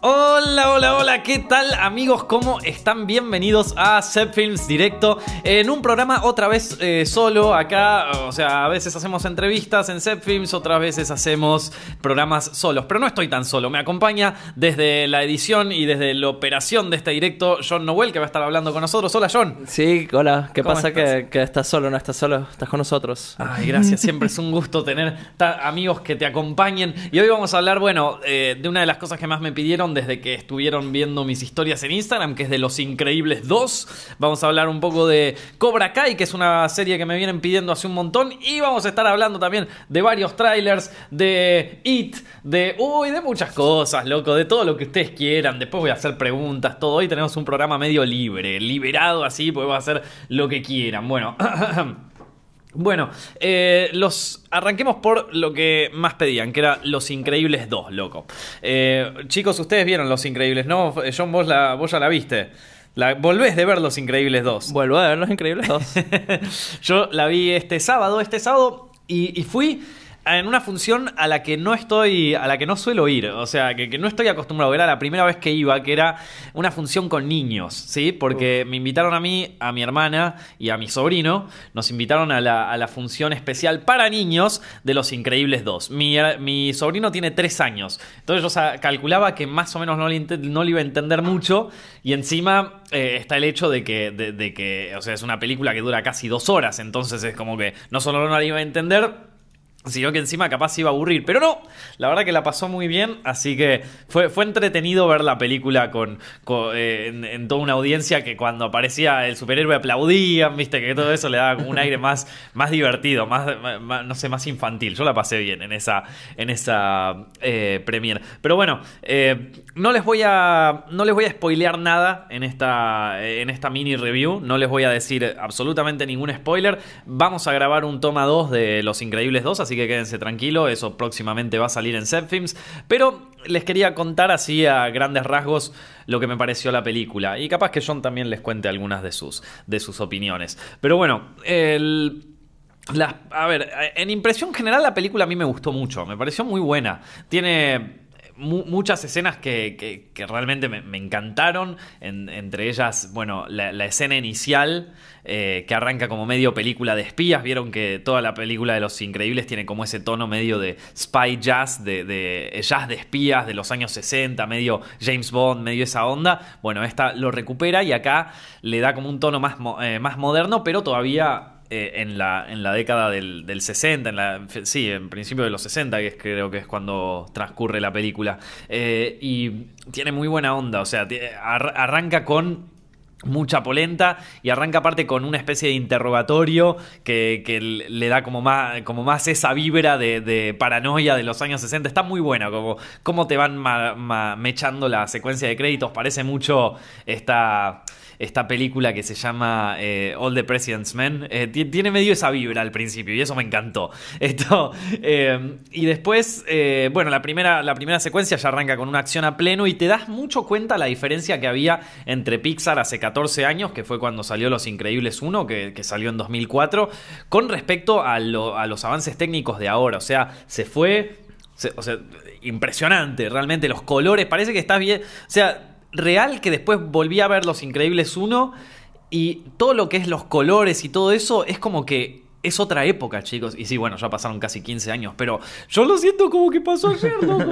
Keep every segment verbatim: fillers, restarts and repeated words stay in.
Hola, hola, hola, ¿qué tal amigos? ¿Cómo están? Bienvenidos a Zepfilms Directo, en un programa otra vez eh, solo acá. O sea, a veces hacemos entrevistas en Zepfilms, otras veces hacemos programas solos, pero no estoy tan solo. Me acompaña desde la edición y desde la operación de este directo John Noel, que va a estar hablando con nosotros. Hola, John. Sí, hola, ¿qué ¿Cómo pasa? estás? Que, que estás solo, no estás solo, estás con nosotros. Ay, gracias, siempre es un gusto tener ta- amigos que te acompañen. Y hoy vamos a hablar, bueno, eh, de una de las cosas que más me pidieron desde que estuvieron viendo mis historias en Instagram, que es de Los Increíbles dos. Vamos a hablar un poco de Cobra Kai, que es una serie que me vienen pidiendo hace un montón. Y vamos a estar hablando también de varios trailers, de It, de... Uy, de muchas cosas, loco, de todo lo que ustedes quieran. Después voy a hacer preguntas, todo. Hoy tenemos un programa medio libre, liberado así, podemos hacer lo que quieran. Bueno... Bueno, eh, los arranquemos por lo que más pedían, que era Los Increíbles dos, loco. Eh, chicos, ustedes vieron Los Increíbles, ¿no? John, vos, la, vos ya la viste. La, volvés de ver Los Increíbles dos. Vuelvo a ver Los Increíbles dos. Yo la vi este sábado, este sábado, y, y fui en una función a la que no estoy, a la que no suelo ir, o sea, que, que no estoy acostumbrado. Era la primera vez que iba, que era una función con niños, ¿sí? Porque me invitaron a mí, a mi hermana y a mi sobrino, nos invitaron a la, a la función especial para niños de Los Increíbles dos. Mi, mi sobrino tiene tres años, entonces yo sa- calculaba que más o menos no le, ent- no le iba a entender mucho, y encima eh, está el hecho de que, de, de que, o sea, es una película que dura casi dos horas, entonces es como que no solo no la iba a entender, sino que encima capaz se iba a aburrir. Pero no, la verdad que la pasó muy bien. Así que fue, fue entretenido ver la película con, con, eh, en, en toda una audiencia que cuando aparecía el superhéroe aplaudían, viste, que todo eso le daba como un aire más, más divertido, más, más, no sé, más infantil. Yo la pasé bien en esa, en esa eh, premiere. Pero bueno, eh, no les voy a no les voy a spoilear nada en esta, en esta mini review. No les voy a decir absolutamente ningún spoiler. Vamos a grabar un toma dos de Los Increíbles dos, así que quédense tranquilos, eso próximamente va a salir en Zepfilms. Pero les quería contar así a grandes rasgos lo que me pareció la película, y capaz que John también les cuente algunas de sus, de sus opiniones. Pero bueno, el... La, a ver, en impresión general la película a mí me gustó mucho, me pareció muy buena. Tiene mu- muchas escenas que, que, que realmente me, me encantaron, en, entre ellas, bueno, la, la escena inicial, eh, que arranca como medio película de espías. Vieron que toda la película de Los Increíbles tiene como ese tono medio de spy jazz, de, de jazz de espías de los años sesenta, medio James Bond, medio esa onda. Bueno, esta lo recupera y acá le da como un tono más, mo- eh, más moderno, pero todavía... Eh, en, la, en la década del, del sesenta, en la, sí, en principio de los sesenta, que es, creo que es cuando transcurre la película. Eh, y tiene muy buena onda, o sea, t- ar- arranca con mucha polenta y arranca aparte con una especie de interrogatorio que, que le da como más, como más esa vibra de, de paranoia de los años sesenta. Está muy buena, como cómo te van ma, ma, mechando la secuencia de créditos. Parece mucho esta... esta película que se llama eh, All the President's Men. Eh, t- tiene medio esa vibra al principio y eso me encantó. Esto, eh, y después, eh, bueno, la primera, la primera secuencia ya arranca con una acción a pleno y te das mucho cuenta la diferencia que había entre Pixar hace catorce años, que fue cuando salió Los Increíbles uno, que, que salió en dos mil cuatro, con respecto a, lo, a los avances técnicos de ahora. O sea, se fue... Se, o sea, impresionante, realmente los colores, parece que estás bien... O sea... Real que después volví a ver Los Increíbles uno y todo lo que es los colores y todo eso es como que es otra época, chicos. Y sí, bueno, ya pasaron casi quince años, pero yo lo siento como que pasó ayer, ¿no?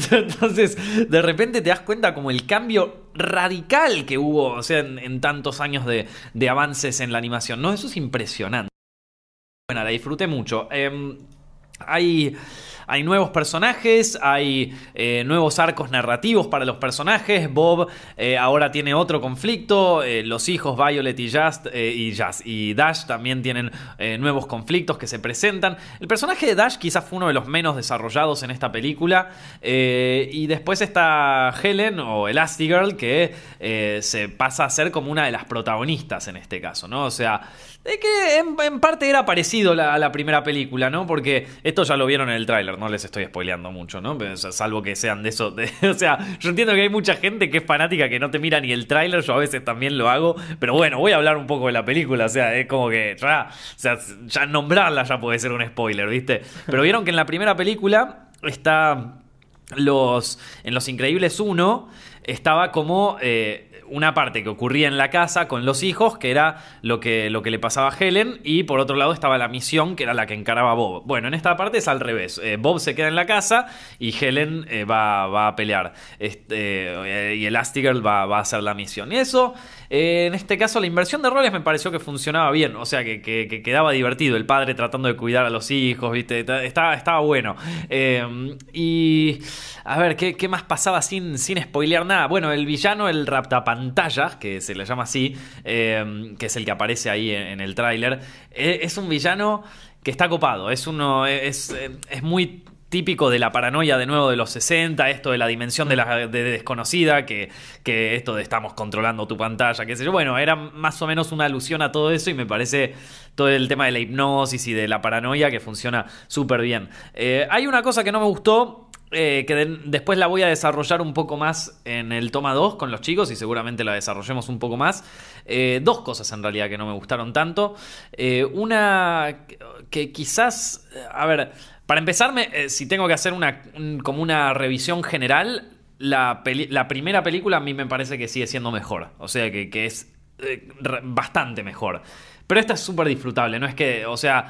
Entonces, de repente te das cuenta como el cambio radical que hubo, o sea, en, en tantos años de, de avances en la animación, ¿no? Eso es impresionante. Bueno, la disfruté mucho. Eh, hay... Hay nuevos personajes, hay eh, nuevos arcos narrativos para los personajes. Bob eh, ahora tiene otro conflicto. Eh, los hijos Violet y, Just, eh, y, Just, y Dash también tienen eh, nuevos conflictos que se presentan. El personaje de Dash quizás fue uno de los menos desarrollados en esta película. Eh, y después está Helen o Elastigirl, que eh, se pasa a ser como una de las protagonistas en este caso, ¿no? O sea... Es que en, en parte era parecido a la, la primera película, ¿no? Porque esto ya lo vieron en el tráiler, no les estoy spoileando mucho, ¿no? Pero, o sea, salvo que sean de eso. De, o sea, yo entiendo que hay mucha gente que es fanática que no te mira ni el tráiler, yo a veces también lo hago. Pero bueno, voy a hablar un poco de la película, o sea, es como que ya, o sea, ya nombrarla ya puede ser un spoiler, ¿viste? Pero vieron que en la primera película está... los, en Los Increíbles uno estaba como... Eh, una parte que ocurría en la casa con los hijos, que era lo que, lo que le pasaba a Helen, y por otro lado estaba la misión, que era la que encaraba Bob. Bueno, en esta parte es al revés. Eh, Bob se queda en la casa y Helen eh, va, va a pelear. Este, eh, y Elastigirl va, va a hacer la misión. Y eso, eh, en este caso, la inversión de roles me pareció que funcionaba bien. O sea, que, que, que quedaba divertido. El padre tratando de cuidar a los hijos, ¿viste? Estaba, estaba bueno. Eh, y... A ver, ¿qué, qué más pasaba sin, sin spoilear nada? Bueno, el villano, el raptapantallas, que se le llama así, eh, que es el que aparece ahí en, en el tráiler, es, es un villano que está copado. Es uno, es, es muy típico de la paranoia de nuevo de los sesenta, esto de la dimensión de la de desconocida, que, que esto de estamos controlando tu pantalla, qué sé yo. Bueno, era más o menos una alusión a todo eso y me parece todo el tema de la hipnosis y de la paranoia que funciona súper bien. Eh, hay una cosa que no me gustó, Eh, que de, después la voy a desarrollar un poco más en el toma dos con los chicos y seguramente la desarrollemos un poco más. Eh, dos cosas en realidad que no me gustaron tanto. Eh, una que quizás, a ver, para empezar, eh, si tengo que hacer una, un, como una revisión general, la, peli, la primera película a mí me parece que sigue siendo mejor. O sea, que, que es eh, bastante mejor. Pero esta es súper disfrutable, no es que, o sea...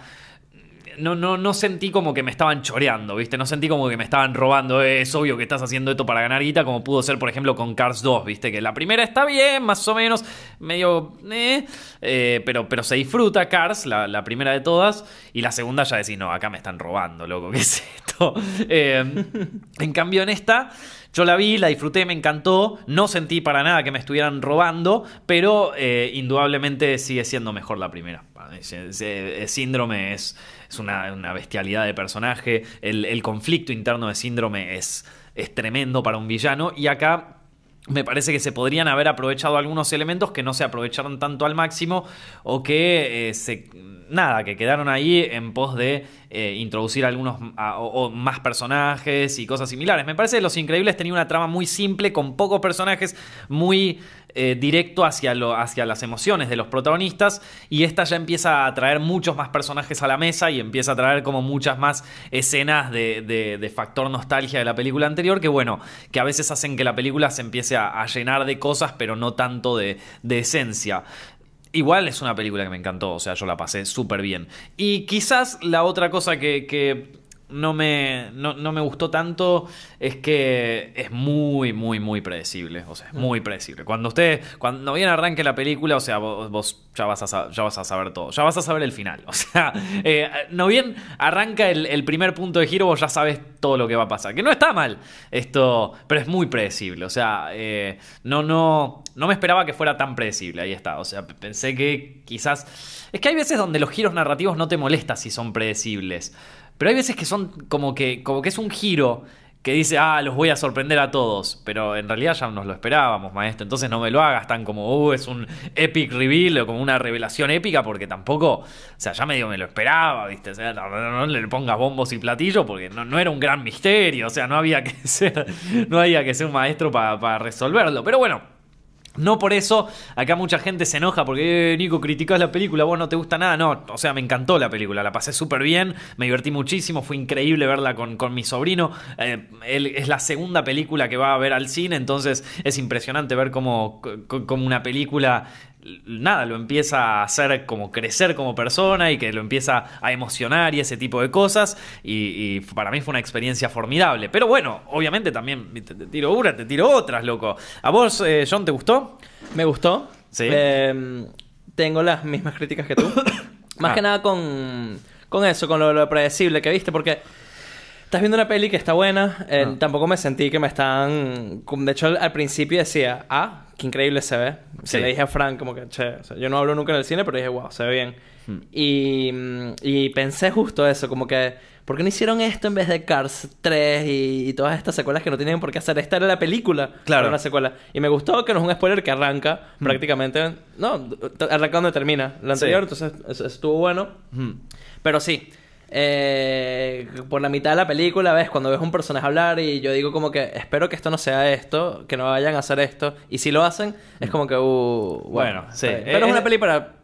No, no, no sentí como que me estaban choreando, ¿viste? No sentí como que me estaban robando. Eh, es obvio que estás haciendo esto para ganar guita, como pudo ser, por ejemplo, con Cars dos, ¿viste? Que la primera está bien, más o menos, medio... Eh, eh, pero, pero se disfruta Cars, la, la primera de todas. Y la segunda ya decís, no, acá me están robando, loco, ¿qué es esto? Eh, en cambio, en esta... Yo la vi, la disfruté, me encantó. No sentí para nada que me estuvieran robando, pero eh, indudablemente sigue siendo mejor la primera. Ese, ese, ese Síndrome es, es una, una bestialidad de personaje. El, el conflicto interno de Síndrome es, es tremendo para un villano. Y acá me parece que se podrían haber aprovechado algunos elementos que no se aprovecharon tanto al máximo o que eh, se... Nada, que quedaron ahí en pos de eh, introducir algunos a, o, o más personajes y cosas similares. Me parece que Los Increíbles tenía una trama muy simple, con pocos personajes, muy eh, directo hacia, lo, hacia las emociones de los protagonistas. Y esta ya empieza a traer muchos más personajes a la mesa y empieza a traer como muchas más escenas de, de, de factor nostalgia de la película anterior, que bueno, que a veces hacen que la película se empiece a, a llenar de cosas, pero no tanto de, de esencia. Igual es una película que me encantó, o sea, yo la pasé súper bien. Y quizás la otra cosa que, que no, me, no, no me gustó tanto es que es muy, muy, muy predecible. O sea, es muy predecible. Cuando usted, cuando bien arranque la película, o sea, vos, vos ya, vas a, ya vas a saber todo. Ya vas a saber el final. O sea, eh, no bien arranca el, el primer punto de giro, vos ya sabes todo lo que va a pasar. Que no está mal esto, pero es muy predecible. O sea, eh, no, no... No me esperaba que fuera tan predecible, ahí está. O sea, pensé que quizás... Es que hay veces donde los giros narrativos no te molestan si son predecibles. Pero hay veces que son como que, como que es un giro que dice, ah, los voy a sorprender a todos. Pero en realidad ya nos lo esperábamos, maestro. Entonces no me lo hagas tan como, uh, es un epic reveal o como una revelación épica, porque tampoco... O sea, ya medio me lo esperaba, ¿viste? O sea, no, no, no le pongas bombos y platillos porque no, no era un gran misterio. O sea, no había que ser, no había que ser un maestro para pa resolverlo. Pero bueno... No por eso, acá mucha gente se enoja porque, eh, Nico, criticás la película, vos no te gusta nada. No, o sea, me encantó la película, la pasé súper bien, me divertí muchísimo, fue increíble verla con, con mi sobrino. Eh, él, es la segunda película que va a ver al cine, entonces es impresionante ver cómo, cómo una película... Nada, lo empieza a hacer como crecer como persona y que lo empieza a emocionar y ese tipo de cosas. Y, y para mí fue una experiencia formidable. Pero bueno, obviamente también te, te tiro una, te tiro otras, loco. ¿A vos, eh, John, te gustó? Me gustó. Sí. Eh, tengo las mismas críticas que tú. Más ah. que nada con, con eso, con lo, lo predecible que viste, porque... Estás viendo una peli que está buena. Eh, no. Tampoco me sentí que me están... De hecho, al, al principio decía... Ah, qué increíble se ve. Sí. Se le dije a Frank como que... Che, o sea, yo no hablo nunca en el cine, pero dije... Wow, se ve bien. Hmm. Y, y pensé justo eso. Como que... ¿Por qué no hicieron esto en vez de Cars tres y, y todas estas secuelas que no tienen por qué hacer? Esta era la película. Claro. Era una secuela. Y me gustó que no es un spoiler que arranca hmm. prácticamente... No, arranca donde termina. La anterior. Sí. Entonces, eso estuvo bueno. Hmm. Pero sí... Eh, por la mitad de la película ves cuando ves un personaje hablar y yo digo como que espero que esto no sea esto, que no vayan a hacer esto, y si lo hacen es como que uh, bueno, bueno sí, pero eh, es una peli para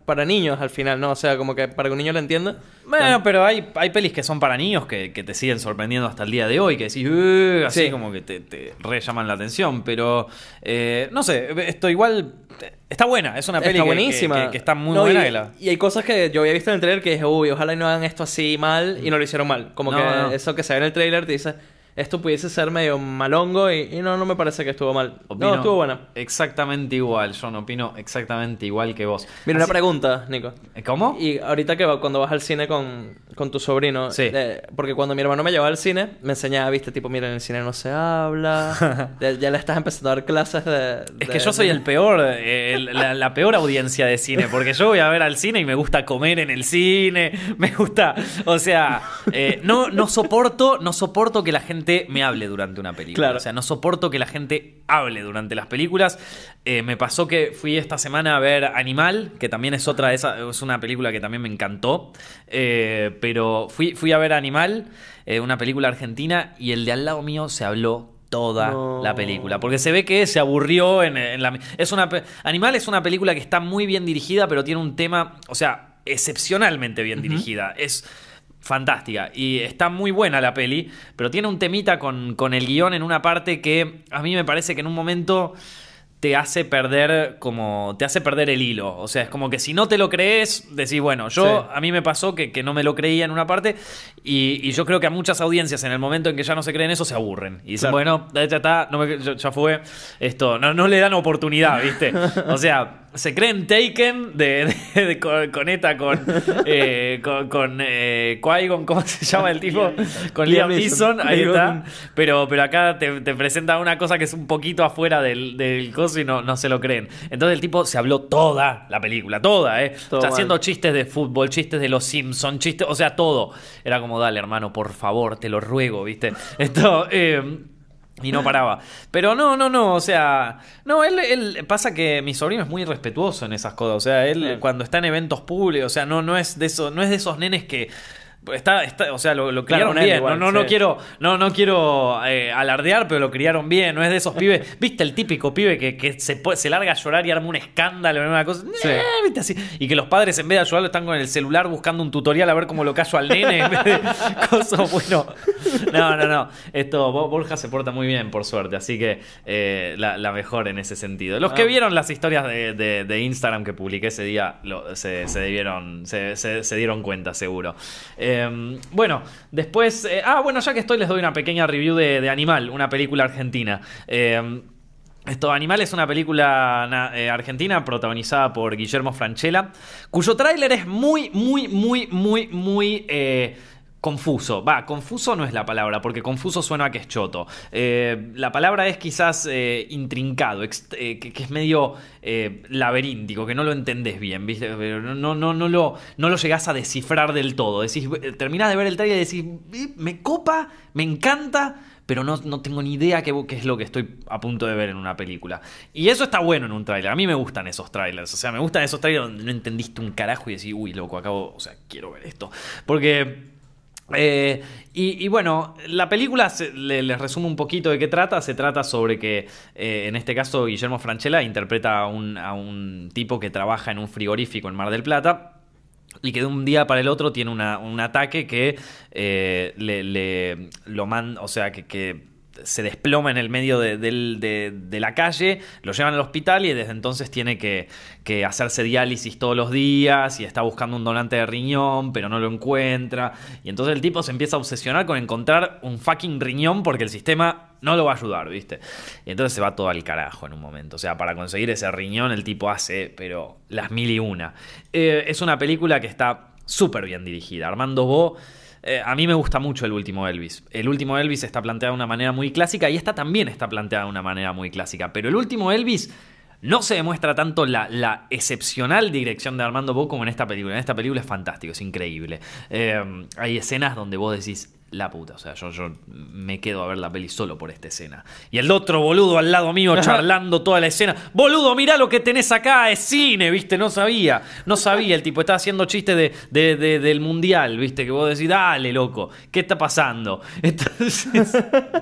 para niños al final, ¿no? O sea, como que para que un niño lo entienda. Bueno, pero hay, hay pelis que son para niños que, que te siguen sorprendiendo hasta el día de hoy, que decís, "Uh", así Sí. como que te, te re llaman la atención, pero eh, no sé, esto igual está buena, es una peli Está que, buenísima. que, que- que está muy No, buena. Y, que la- y hay cosas que yo había visto en el trailer que dije, uy, ojalá y no hagan esto así mal, y no lo hicieron mal. Como No, que no. eso que se ve en el trailer te dice, esto pudiese ser medio malongo, y, y no, no me parece que estuvo mal. Opino No, estuvo buena. Exactamente igual, John, opino exactamente igual que vos. Mira, una Así- pregunta, Nico. ¿Cómo? Y ahorita que va, cuando vas al cine con, con tu sobrino, Sí. eh, porque cuando mi hermano me llevaba al cine, me enseñaba, viste, tipo, mira, en el cine no se habla, ya, ya le estás empezando a dar clases de... Es de- que yo soy de- el peor, eh, el- la, la peor audiencia de cine, porque yo voy a ver al cine y me gusta comer en el cine, me gusta, o sea, eh, no, no soporto, no soporto que la gente me hable durante una película. Claro. O sea, no soporto que la gente hable durante las películas. Eh, me pasó que fui esta semana a ver Animal, que también es otra de esas, es una película que también me encantó. Eh, pero fui, fui a ver Animal, eh, una película argentina, y el de al lado mío se habló toda No. la película. Porque se ve que se aburrió en, en la... Es una, pe- Animal es una película que está muy bien dirigida, pero tiene un tema, o sea, excepcionalmente bien dirigida. Es fantástica. Y está muy buena la peli, pero tiene un temita con, con el guión en una parte que a mí me parece que en un momento te hace perder como te hace perder el hilo. O sea, es como que si no te lo crees, decís, bueno, yo Sí. a mí me pasó que, que no me lo creía en una parte, y, y yo creo que a muchas audiencias en el momento en que ya no se creen eso se aburren y dicen, Claro. bueno, ya está, no me- ya, ya fue esto, no, no le dan oportunidad, ¿viste? O sea, se creen Taken de, de- de- con, con esta, con eh, con, con eh, Qui-Gon, ¿cómo se llama el tipo? Con Liam Liam Neeson, Neeson. ahí Liam está. Neeson. Pero, pero acá te, te presenta una cosa que es un poquito afuera del, del coso y no, no se lo creen. Entonces el tipo se habló toda la película, toda, ¿eh? Todo O sea, mal. haciendo chistes de fútbol, chistes de los Simpsons, chistes, o sea, todo. Era como, dale, hermano, por favor, te lo ruego, ¿viste? Esto, eh, y no paraba. Pero no, no, no, o sea, no, él, él pasa que mi sobrino es muy respetuoso en esas cosas. O sea, él Claro. cuando está en eventos públicos, o sea, no, no es de esos, no es de esos nenes que está, está, o sea, lo, lo Claro, criaron un nene bien. igual, no, no, no sí. quiero, no, no quiero eh, alardear, pero lo criaron bien. No es de esos pibes, viste, el típico pibe que, que se, puede- se larga a llorar y arma un escándalo en una cosa. Sí. Eh, viste así. Y que los padres en vez de ayudarlo están con el celular buscando un tutorial a ver cómo lo callo al nene en vez de cosas. Bueno, no, no, no. Esto, Bo- Borja se porta muy bien, por suerte. Así que eh, la, la mejor en ese sentido. Los que Ah. vieron las historias de, de- de Instagram que publiqué ese día lo- se, se debieron, se, se- se dieron cuenta, seguro. Eh, bueno, después. eh, ah, bueno, ya que estoy, les doy una pequeña review de, de Animal, una película argentina. Eh, Esto, Animal es una película na- eh, argentina protagonizada por Guillermo Francella, cuyo tráiler es muy, muy, muy, muy, muy eh, confuso. Va, confuso no es la palabra, porque confuso suena a que es choto. Eh, la palabra es quizás eh, intrincado, ex- eh, que, que es medio eh, laberíntico, que no lo entendés bien, ¿viste? Pero No, no, no, no, lo, no lo llegás a descifrar del todo. Decís, eh, terminás de ver el tráiler y decís, "Eh, me copa, me encanta", pero no, no tengo ni idea qué, qué es lo que estoy a punto de ver en una película. Y eso está bueno en un tráiler. A mí me gustan esos trailers. O sea, me gustan esos trailers donde no entendiste un carajo y decís, uy, loco, acabo, o sea, quiero ver esto. Porque... eh, y, y bueno, la película se- le- les resumo un poquito de qué trata. Se trata sobre que, eh, en este caso, Guillermo Francella interpreta a un, a un tipo que trabaja en un frigorífico en Mar del Plata, y que de un día para el otro tiene una- un ataque que eh, le, le- lo manda, o sea, que, que se desploma en el medio de, del- de- de la calle, lo llevan al hospital y desde entonces tiene que, que hacerse diálisis todos los días y está buscando un donante de riñón, pero no lo encuentra. Y entonces el tipo se empieza a obsesionar con encontrar un fucking riñón porque el sistema no lo va a ayudar, ¿viste? Y entonces se va todo al carajo en un momento. O sea, para conseguir ese riñón el tipo hace, pero las mil y una. Eh, es una película que está súper bien dirigida. Armando Bo... Eh, a mí me gusta mucho el último Elvis. El último Elvis está planteado de una manera muy clásica y esta también está planteada de una manera muy clásica. Pero el último Elvis no se demuestra tanto la, la excepcional dirección de Armando Bo como en esta película. En esta película es fantástico, es increíble. Eh, hay escenas donde vos decís, la puta, o sea, yo, yo me quedo a ver la peli solo por esta escena. Y el otro boludo al lado mío charlando toda la escena. Boludo, mirá lo que tenés acá, es cine, ¿viste? No sabía, no sabía. El tipo estaba haciendo chistes de, de- de- del mundial, ¿viste? Que vos decís, dale, loco, ¿qué está pasando? Entonces,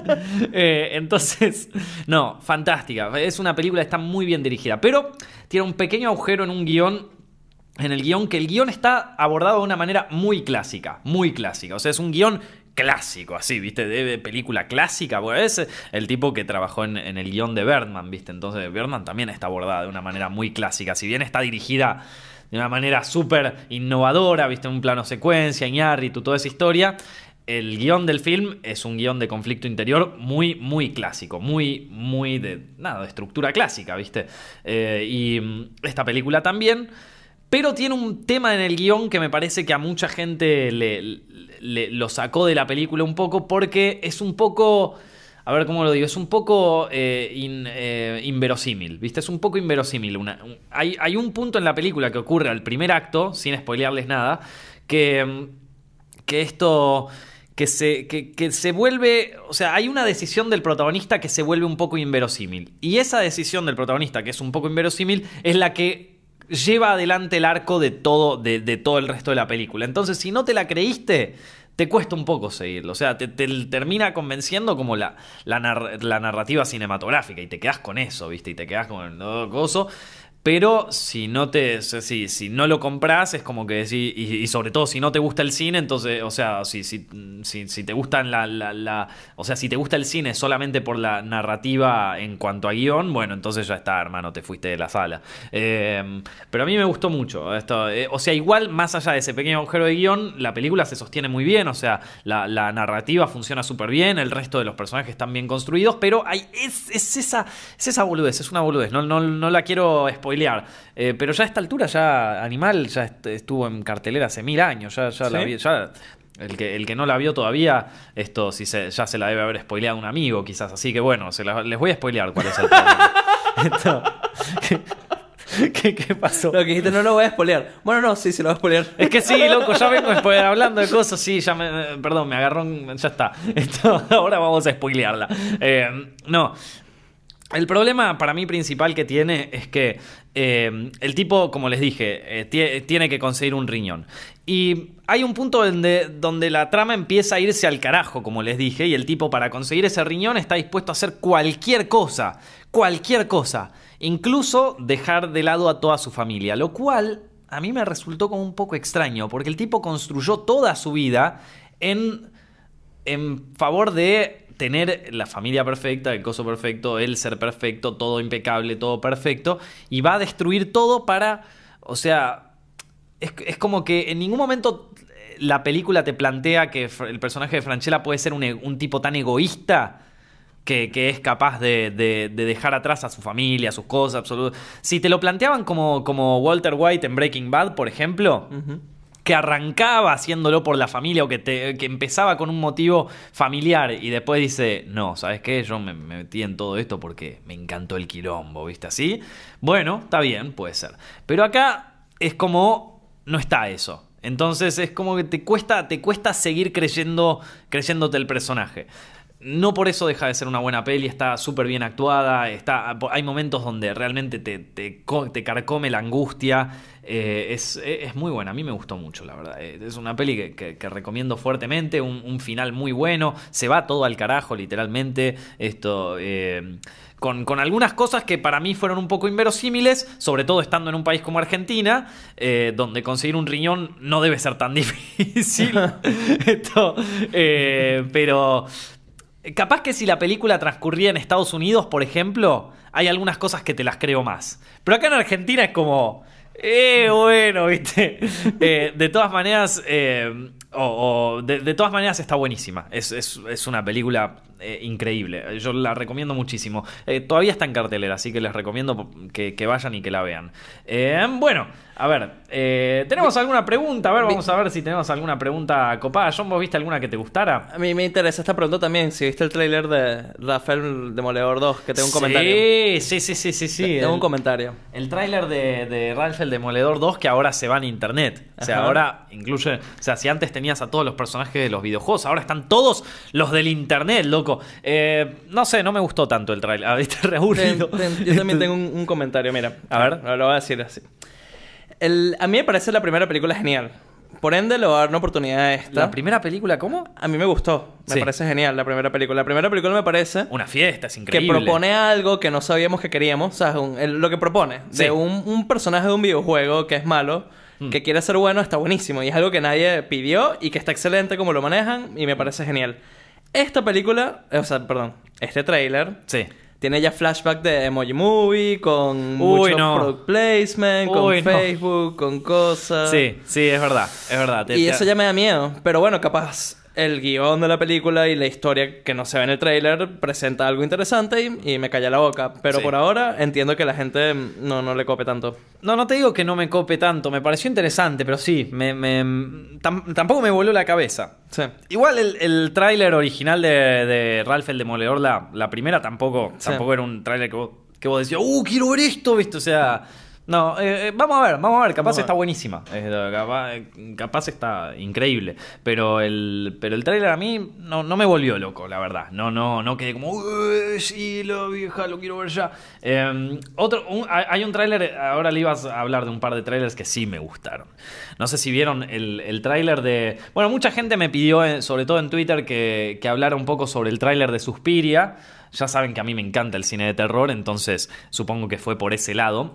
eh, entonces, no, fantástica. Es una película que está muy bien dirigida, pero tiene un pequeño agujero en un guión en el guión, que el guión está abordado de una manera muy clásica, muy clásica. O sea, es un guión clásico, así, ¿viste? De película clásica. Bueno, es el tipo que trabajó en, en el guión de Birdman, ¿viste? Entonces, Birdman también está abordada de una manera muy clásica. Si bien está dirigida de una manera súper innovadora, ¿viste? Un plano secuencia, Iñárritu, toda esa historia. El guión del film es un guión de conflicto interior muy, muy clásico. Muy, muy de, nada, de estructura clásica, ¿viste? Eh, y esta película también. Pero tiene un tema en el guión que me parece que a mucha gente le, le, lo sacó de la película un poco, porque es un poco, a ver cómo lo digo, es un poco eh, in, eh, inverosímil, ¿viste? Es un poco inverosímil. Una, un, hay, hay un punto en la película que ocurre al primer acto, sin spoilearles nada, que, que esto... Que se, que, que se vuelve... O sea, hay una decisión del protagonista que se vuelve un poco inverosímil. Y esa decisión del protagonista, que es un poco inverosímil, es la que lleva adelante el arco de todo, de, de todo el resto de la película. Entonces, si no te la creíste, te cuesta un poco seguirlo. O sea, te, te termina convenciendo como la, la, nar, la narrativa cinematográfica. Y te quedas con eso, ¿viste? Y te quedas con el no, gozo. Pero si no te si, si no lo compras, es como que decís, y, y sobre todo si no te gusta el cine, entonces, o sea, si, si, si, si te gustan la, la, la. O sea, si te gusta el cine solamente por la narrativa en cuanto a guión, bueno, entonces ya está, hermano, te fuiste de la sala. Eh, pero a mí me gustó mucho esto. Eh, o sea, igual, más allá de ese pequeño agujero de guión, la película se sostiene muy bien. O sea, la, la narrativa funciona súper bien, el resto de los personajes están bien construidos, pero hay, es, es esa, es esa boludez, es una boludez. No, no, no la quiero spoiler. Eh, pero ya a esta altura ya Animal ya est- estuvo en cartelera hace mil años. Ya, ya ¿Sí? la vi, ya el que, el que no la vio todavía, esto si se, ya se la debe haber spoileado un amigo, quizás. Así que bueno, se la, les voy a spoilear cuál es el problema. Esto, ¿qué, qué, ¿Qué pasó? Lo que dijiste, no lo voy a spoilear. Bueno, no, sí, sí lo voy a spoilear. Es que sí, loco, ya vengo spoiler, hablando de cosas, sí, ya me... Perdón, me agarró un, ya está. Esto, ahora vamos a spoilearla. Eh, no... El problema para mí principal que tiene es que eh, el tipo, como les dije, eh, tie- tiene que conseguir un riñón. Y hay un punto donde, donde la trama empieza a irse al carajo, como les dije, y el tipo para conseguir ese riñón está dispuesto a hacer cualquier cosa, cualquier cosa, incluso dejar de lado a toda su familia, lo cual a mí me resultó como un poco extraño, porque el tipo construyó toda su vida en, en favor de tener la familia perfecta, el coso perfecto, el ser perfecto, todo impecable, todo perfecto, y va a destruir todo para, o sea, es, es como que en ningún momento la película te plantea que el personaje de Francella puede ser un, un tipo tan egoísta que, que es capaz de, de, de dejar atrás a su familia, a sus cosas, absolutas. Si te lo planteaban como, como Walter White en Breaking Bad, por ejemplo... Uh-huh. Que arrancaba haciéndolo por la familia o que, te, que empezaba con un motivo familiar y después dice, no, ¿sabes qué? Yo me, me metí en todo esto porque me encantó el quilombo, ¿viste? Así. Bueno, está bien, puede ser. Pero acá es como, no está eso. Entonces es como que te cuesta, te cuesta seguir creyendo, creyéndote el personaje. No por eso deja de ser una buena peli, está súper bien actuada, está, hay momentos donde realmente te, te, te carcome la angustia, eh, es, es muy buena, a mí me gustó mucho, la verdad. Es una peli que, que, que recomiendo fuertemente, un, un final muy bueno, se va todo al carajo literalmente, esto... Eh, Con, con algunas cosas que para mí fueron un poco inverosímiles, sobre todo estando en un país como Argentina, eh, donde conseguir un riñón no debe ser tan difícil. Esto, eh, pero capaz que si la película transcurría en Estados Unidos, por ejemplo, hay algunas cosas que te las creo más. Pero acá en Argentina es como... Eh, bueno, viste. Eh, de todas maneras, eh, o, o de, de todas maneras está buenísima. Es, es, es una película eh, increíble. Yo la recomiendo muchísimo. Eh, todavía está en cartelera, así que les recomiendo que, que vayan y que la vean. Eh, bueno, a ver, eh, ¿tenemos alguna pregunta? A ver, vamos a ver si tenemos alguna pregunta copada. John, ¿vos viste alguna que te gustara? A mí me interesa esta pregunta también. Si viste el tráiler de Rafael Demoledor dos, que tengo un sí, comentario. Sí, sí, sí, sí, sí. Tengo el, un comentario. El tráiler de, de Ralph el Demoledor dos, que ahora se va en internet. O sea, Ajá. ahora incluye... O sea, si antes tenías a todos los personajes de los videojuegos, ahora están todos los del internet, loco. Eh, no sé, no me gustó tanto el tráiler. ¿Viste? Re aburrido. Ten, ten, yo también tengo un, un comentario, mira. A ver, lo, lo voy a decir así. El, a mí me parece la primera película genial. Por ende, le voy a dar una oportunidad a esta. ¿La primera película cómo? A mí me gustó. Me sí. parece genial la primera película. La primera película me parece... Una fiesta, es increíble. Que propone algo que no sabíamos que queríamos. O sea, un, el, lo que propone. Sí. De un, un personaje de un videojuego que es malo. que quiere ser bueno, está buenísimo. Y es algo que nadie pidió y que está excelente como lo manejan y me parece genial. Esta película, o sea, perdón, este tráiler... Sí. Tiene ya flashback de Emoji Movie, con Uy, mucho no. product placement, Uy, con no. Facebook, con cosas. Sí, sí, es verdad, es verdad. Te- Y te- eso ya me da miedo. Pero bueno, capaz el guión de la película y la historia que no se ve en el tráiler presenta algo interesante y, y me calla la boca. Pero Sí. por ahora entiendo que la gente no, no le cope tanto. No, no te digo que no me cope tanto, me pareció interesante, pero sí, me, me- tam- tampoco me voló la cabeza. Sí. Igual el, el tráiler original de, de Ralph el Demoledor, la, la primera, tampoco, Sí. tampoco era un tráiler que vos, que vos decías, ¡uh, quiero ver esto! ¿Viste? O sea, no, eh, eh, vamos a ver, vamos a ver, capaz Vamos a ver. está buenísima, eh, capaz, capaz está increíble, pero el, pero el tráiler a mí no, no me volvió loco, la verdad. No, no, no quedé como, "Uy, sí, la vieja, lo quiero ver ya". Eh, otro, un- hay hay un tráiler, ahora le ibas a hablar de un par de trailers que sí me gustaron. No sé si vieron el, el tráiler de... Bueno, mucha gente me pidió, eh, sobre todo en Twitter, que, que hablara un poco sobre el tráiler de Suspiria. Ya saben que a mí me encanta el cine de terror, entonces supongo que fue por ese lado.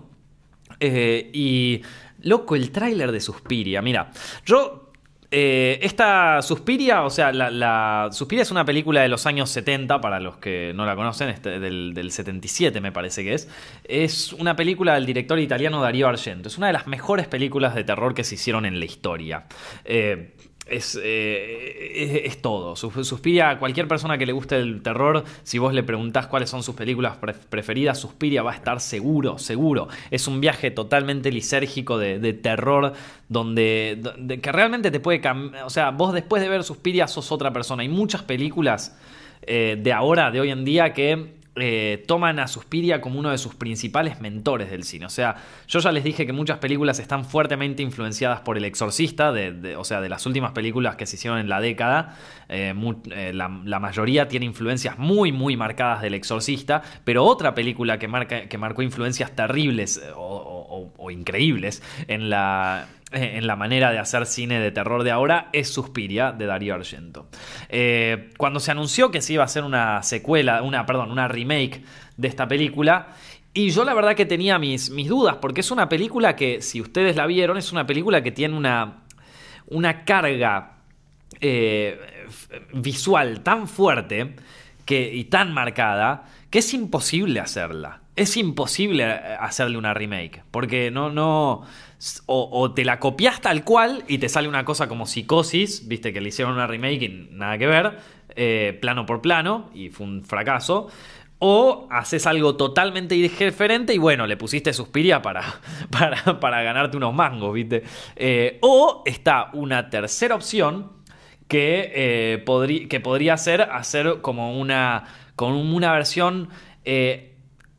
Eh, y, loco, el tráiler de Suspiria. Mira, yo... eh, esta Suspiria, o sea, la, la- Suspiria es una película de los años setenta, para los que no la conocen, este, del, del setenta y siete me parece que es. Es una película del director italiano Dario Argento. Es una de las mejores películas de terror que se hicieron en la historia. Eh, Es, eh, es, es todo. Sus- Suspiria, a cualquier persona que le guste el terror, si vos le preguntás cuáles son sus películas pre- preferidas, Suspiria va a estar seguro, seguro. Es un viaje totalmente lisérgico de, de terror, donde, donde- que realmente te puede cambiar. O sea, vos después de ver Suspiria sos otra persona. Hay muchas películas eh, de ahora, de hoy en día, que eh, toman a Suspiria como uno de sus principales mentores del cine. O sea, yo ya les dije que muchas películas están fuertemente influenciadas por El Exorcista, de, de- o sea, de las últimas películas que se hicieron en la década. Eh, mu- eh, la, la mayoría tiene influencias muy, muy marcadas del Exorcista, pero otra película que, marca, que marcó influencias terribles eh, o, o- o increíbles en la... en la manera de hacer cine de terror de ahora es Suspiria, de Dario Argento. Eh, cuando se anunció que se iba a hacer una secuela, una, perdón, una remake de esta película, y yo la verdad que tenía mis, mis dudas, porque es una película que, si ustedes la vieron, es una película que tiene una, una carga eh, f- visual tan fuerte que, y tan marcada que es imposible hacerla. Es imposible hacerle una remake, porque no, no, o, o te la copias tal cual y te sale una cosa como Psicosis, viste que le hicieron una remake y nada que ver, eh, plano por plano, y fue un fracaso. O haces algo totalmente diferente y bueno, le pusiste Suspiria para, para, para ganarte unos mangos, ¿viste? Eh, o está una tercera opción que, eh, podrí- que podría ser hacer como una, como una versión eh,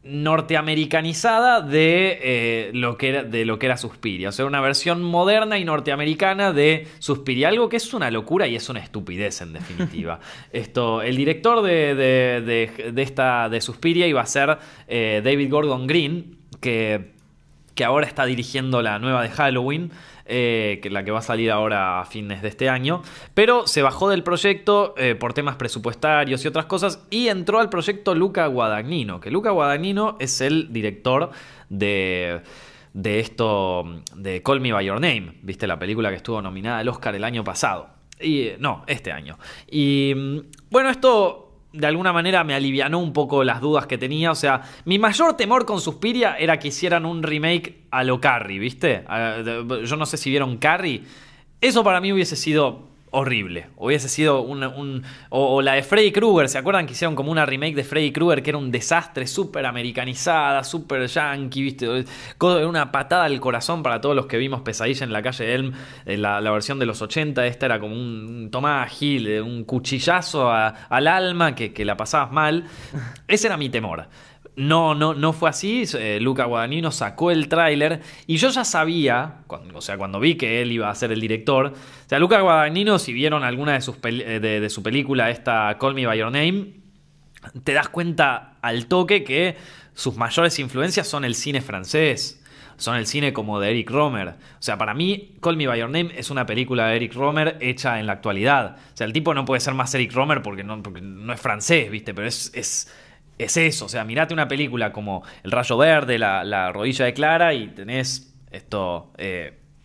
norteamericanizada de, eh, lo que era, de lo que era Suspiria. O sea, una versión moderna y norteamericana de Suspiria. Algo que es una locura y es una estupidez, en definitiva. Esto, el director de, de, de, de esta, de Suspiria iba a ser eh, David Gordon Green, que, que ahora está dirigiendo la nueva de Halloween. Eh, que la que va a salir ahora a fines de este año, pero se bajó del proyecto eh, por temas presupuestarios y otras cosas y entró al proyecto Luca Guadagnino, que Luca Guadagnino es el director de, de esto, de Call Me By Your Name, viste, la película que estuvo nominada al Oscar el año pasado, y no, este año. Y bueno, esto de alguna manera me alivianó un poco las dudas que tenía. O sea, mi mayor temor con Suspiria era que hicieran un remake a lo Carrie, ¿viste? A- de- Yo no sé si vieron Carrie. Eso para mí hubiese sido horrible. Hubiese sido un... un- o, o la de Freddy Krueger. ¿Se acuerdan que hicieron como una remake de Freddy Krueger que era un desastre, súper americanizada, súper yankee, ¿viste? Co- Una patada al corazón para todos los que vimos Pesadilla en la calle Elm, eh, la, la versión de los ochenta. Esta era como un, un Tomás Gil, eh, un cuchillazo a- al alma que, que la pasabas mal. Ese era mi temor. No, no, no fue así. Eh, Luca Guadagnino sacó el tráiler y yo ya sabía, cuando, o sea, cuando vi que él iba a ser el director. O sea, Luca Guadagnino, si vieron alguna de, sus peli- de, de su película, esta Call Me By Your Name, te das cuenta al toque que sus mayores influencias son el cine francés. Son el cine como de Eric Romer. O sea, para mí, Call Me By Your Name es una película de Eric Romer hecha en la actualidad. O sea, el tipo no puede ser más Eric Romer porque no, porque no es francés, ¿viste? Pero es... es Es eso, o sea, mirate una película como El Rayo Verde, La, la Rodilla de Clara y tenés esto, eh,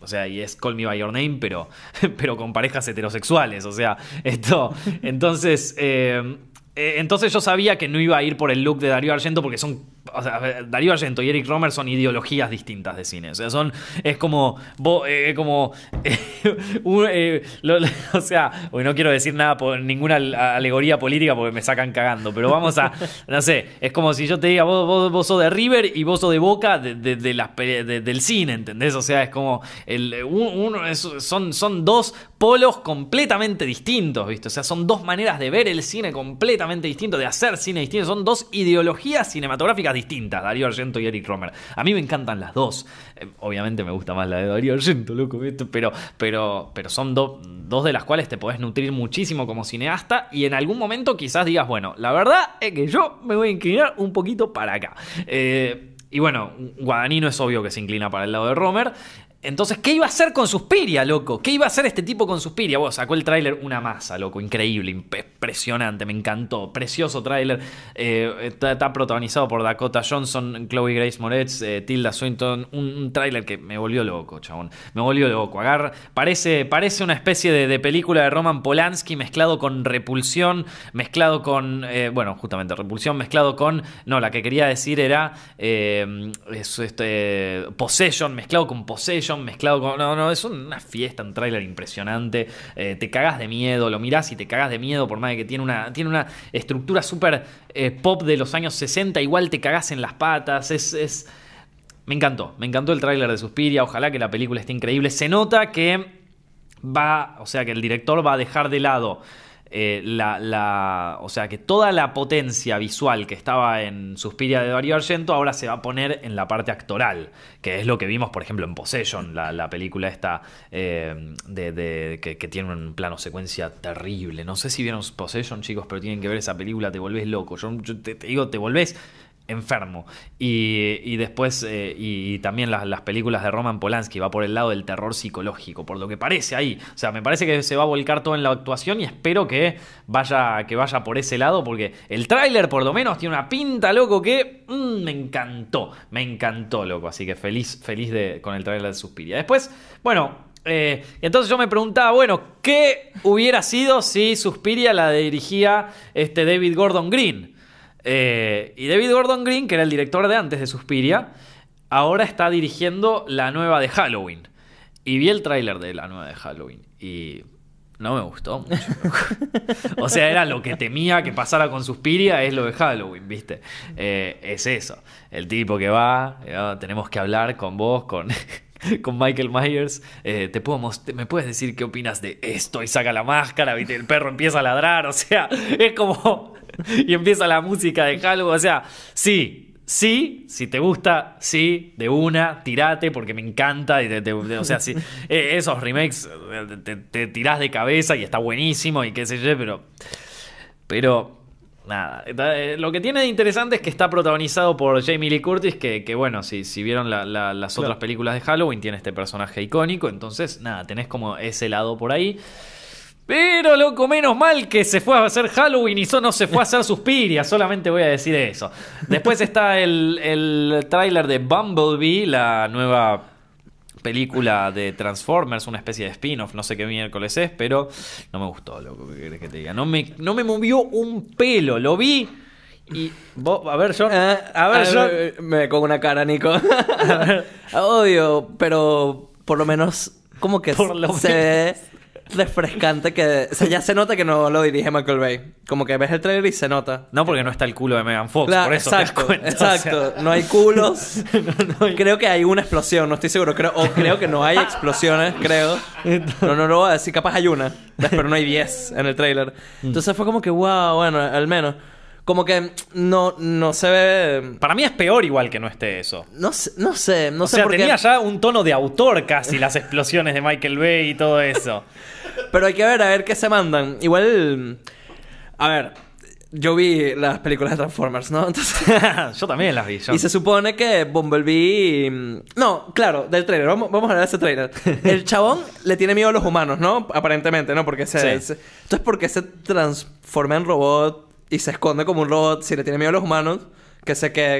O sea, y es Call Me By Your Name, pero, pero con parejas heterosexuales. O sea, esto. Entonces, eh, eh, entonces yo sabía que no iba a ir por el look de Darío Argento porque son. O sea, Darío Argento y Eric Rohmer son ideologías distintas de cine. O sea, son. Es como. Bo, eh, como. Eh, un, eh, lo, o sea, hoy no quiero decir nada por ninguna alegoría política porque me sacan cagando. Pero vamos a. No sé. Es como si yo te diga, vos, vos, vos sos de River y vos sos de Boca de, de, de las, de, del cine, ¿entendés? O sea, es como. El, un, un, es, son, son dos polos completamente distintos, ¿viste? O sea, son dos maneras de ver el cine completamente distintos, de hacer cine distinto. Son dos ideologías cinematográficas distintas, Darío Argento y Eric Rohmer. A mí me encantan las dos. Eh, obviamente me gusta más la de Darío Argento, loco, ¿viste? Pero, pero, pero son do, dos de las cuales te podés nutrir muchísimo como cineasta y en algún momento quizás digas, bueno, la verdad es que yo me voy a inclinar un poquito para acá. Eh, y bueno, Guadagnino es obvio que se inclina para el lado de Rohmer. Entonces, ¿qué iba a hacer con Suspiria, loco? ¿Qué iba a hacer este tipo con Suspiria? Bueno, sacó el tráiler una masa, loco. Increíble, impresionante, me encantó. Precioso tráiler. Eh, está, está protagonizado por Dakota Johnson, Chloe Grace Moretz, eh, Tilda Swinton. Un, un tráiler que me volvió loco, chabón. Me volvió loco. Agar, parece, parece una especie de, de película de Roman Polanski mezclado con Repulsión, mezclado con... Eh, bueno, justamente Repulsión, mezclado con... No, la que quería decir era... Eh, es, este, Possession, mezclado con Possession. Mezclado con... No, no, es una fiesta, un tráiler impresionante. Eh, te cagás de miedo, lo mirás y te cagás de miedo por más de que tiene una, tiene una estructura súper eh, pop de los años sesenta. Igual te cagás en las patas. Es... es... Me encantó, me encantó el tráiler de Suspiria. Ojalá que la película esté increíble. Se nota que va... O sea, que el director va a dejar de lado... Eh, la, la, o sea que toda la potencia visual que estaba en Suspiria de Darío Argento ahora se va a poner en la parte actoral, que es lo que vimos por ejemplo en Possession, la, la película esta eh, de, de, que, que tiene un plano secuencia terrible. No sé si vieron Possession, chicos, pero tienen que ver esa película, te volvés loco. Yo, yo te, te digo, te volvés enfermo. Y, y después eh, y, y también las, las películas de Roman Polanski va por el lado del terror psicológico, por lo que parece ahí. O sea, me parece que se va a volcar todo en la actuación y espero que vaya, que vaya por ese lado, porque el tráiler por lo menos tiene una pinta, loco, que mmm, me encantó. Me encantó, loco. Así que feliz, feliz de, con el tráiler de Suspiria. Después, bueno... Eh, entonces yo me preguntaba, bueno, ¿qué hubiera sido si Suspiria la dirigía este David Gordon Green? Eh, y David Gordon Green, que era el director de antes de Suspiria, ahora está dirigiendo la nueva de Halloween. Y vi el tráiler de la nueva de Halloween y no me gustó mucho. O sea, era lo que temía que pasara con Suspiria, es lo de Halloween, ¿viste? Eh, es eso. El tipo que va, eh, tenemos que hablar con vos, con... con Michael Myers, eh, te puedo most- ¿me puedes decir qué opinas de esto? Y saca la máscara, ¿viste? El perro empieza a ladrar, o sea, es como... y empieza la música de Halloween, o sea, sí, sí, si te gusta, sí, de una, tirate, porque me encanta, y te, te, o sea, sí, eh, esos remakes te, te tirás de cabeza y está buenísimo y qué sé yo, pero... pero... Nada, lo que tiene de interesante es que está protagonizado por Jamie Lee Curtis, que, que bueno, si, si vieron la, la, las claro. otras películas de Halloween, tiene este personaje icónico, entonces nada, tenés como ese lado por ahí. Pero loco, menos mal que se fue a hacer Halloween y no se fue a hacer Suspiria, solamente voy a decir eso. Después está el, el tráiler de Bumblebee, la nueva... película de Transformers, una especie de spin-off, no sé qué miércoles es, pero no me gustó, loco, ¿qué querés que te diga? No me, no me movió un pelo, lo vi y... ¿Vos? A ver, John. Eh, a ver, John. Eh, me con una cara, Nico. Odio, pero por lo menos como que por lo se ve refrescante que... O sea, ya se nota que no lo dirige Michael Bay. Como que ves el trailer y se nota. No, porque no está el culo de Megan Fox, claro, por eso exacto, te das cuenta. Exacto, o sea... no hay culos. no, no hay... Creo que hay una explosión, no estoy seguro. Creo, o creo que no hay explosiones, creo. No, no lo voy a decir, capaz hay una. Pero no hay diez en el trailer. Entonces fue como que, wow, bueno, al menos... Como que no, no se ve... Para mí es peor igual que no esté eso. No sé, no sé, no o sé sea, por qué. tenía ya un tono de autor casi las explosiones de Michael Bay y todo eso. Pero hay que ver, a ver qué se mandan. Igual... A ver... Yo vi las películas de Transformers, ¿no? Entonces... yo también las vi. Yo. Y se supone que Bumblebee... No, claro, del trailer. Vamos, vamos a hablar de ese trailer. El chabón le tiene miedo a los humanos, ¿no? Aparentemente, ¿no? Porque se... Sí. se... Entonces, ¿por qué se transforma en robot y se esconde como un robot si le tiene miedo a los humanos? Que sé que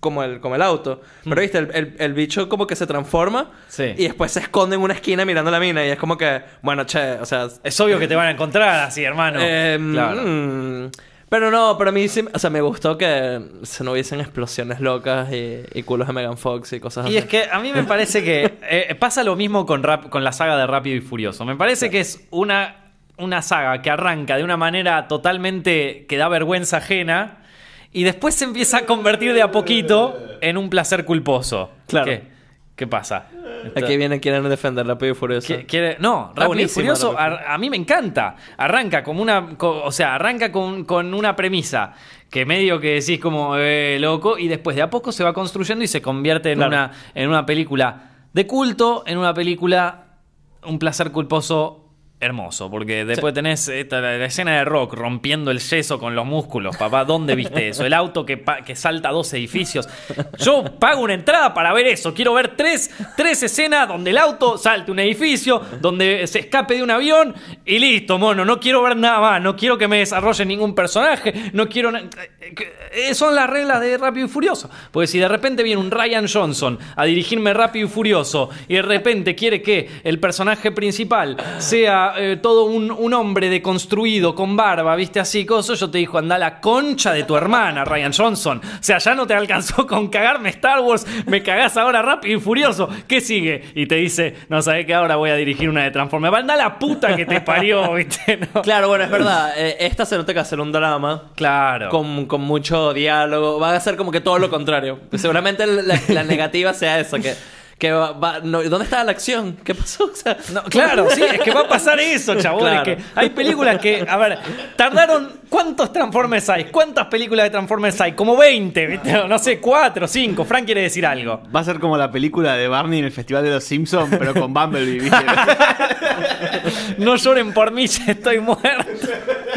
como el, como el auto. Pero viste, el, el, el bicho como que se transforma Sí. y después se esconde en una esquina mirando a la mina y es como que, bueno, che, o sea... Es obvio que te van a encontrar así, hermano. eh, Claro. mm, pero no, pero a mí sí, o sea, me gustó que se no hubiesen explosiones locas y, y culos de Megan Fox y cosas así. Y es que a mí me parece que eh, pasa lo mismo con, rap- con la saga de Rápido y Furioso. Me parece que es una, una saga que arranca de una manera totalmente que da vergüenza ajena y después se empieza a convertir de a poquito en un placer culposo. Claro. ¿Qué, ¿Qué pasa? Aquí vienen quieren defender Rápido y Furioso. ¿Qui- quiere- No, Rápido y buenísimo, Furioso Rápido y a, a mí me encanta. Arranca como una... co- o sea, arranca con, con una premisa que medio que decís como eh, loco y después de a poco se va construyendo y se convierte en, Claro. una, en una película de culto, en una película un placer culposo hermoso. Porque después tenés esta, la, la escena de Rock rompiendo el yeso con los músculos, papá. ¿Dónde viste eso? El auto que, pa- que salta dos edificios. Yo pago una entrada para ver eso. Quiero ver tres, tres escenas donde el auto salte un edificio, donde se escape de un avión y listo, mono. No quiero ver nada más. No quiero que me desarrolle ningún personaje. No quiero... na- eh, Son las reglas de Rápido y Furioso. Porque si de repente viene un Ryan Johnson a dirigirme Rápido y Furioso y de repente quiere que el personaje principal sea eh, todo un, un hombre deconstruido con barba, viste así, cosas, yo te digo, anda a la concha de tu hermana, Ryan Johnson. O sea, ya no te alcanzó con cagarme Star Wars, me cagás ahora Rápido y Furioso. ¿Qué sigue? Y te dice, no sabés que ahora voy a dirigir una de Transformers. Anda a la puta que te parió, viste, ¿no? Claro, bueno, es verdad. Eh, esta se nota que hacer un drama. Claro. Con, con mucho diálogo. Va a ser como que todo lo contrario. Seguramente la, la negativa sea eso, que, que va, va- no, ¿dónde estaba la acción? ¿Qué pasó? O sea, No, claro, sí, es que va a pasar eso, chabón. Claro. Es que hay películas que, a ver, tardaron. ¿Cuántos Transformers hay? ¿Cuántas películas de Transformers hay? Como veinte, ¿viste? No sé, cuatro, cinco. Frank quiere decir algo. Va a ser como la película de Barney en el Festival de los Simpsons, pero con Bumblebee, ¿viste? No lloren por mí, ya estoy muerto.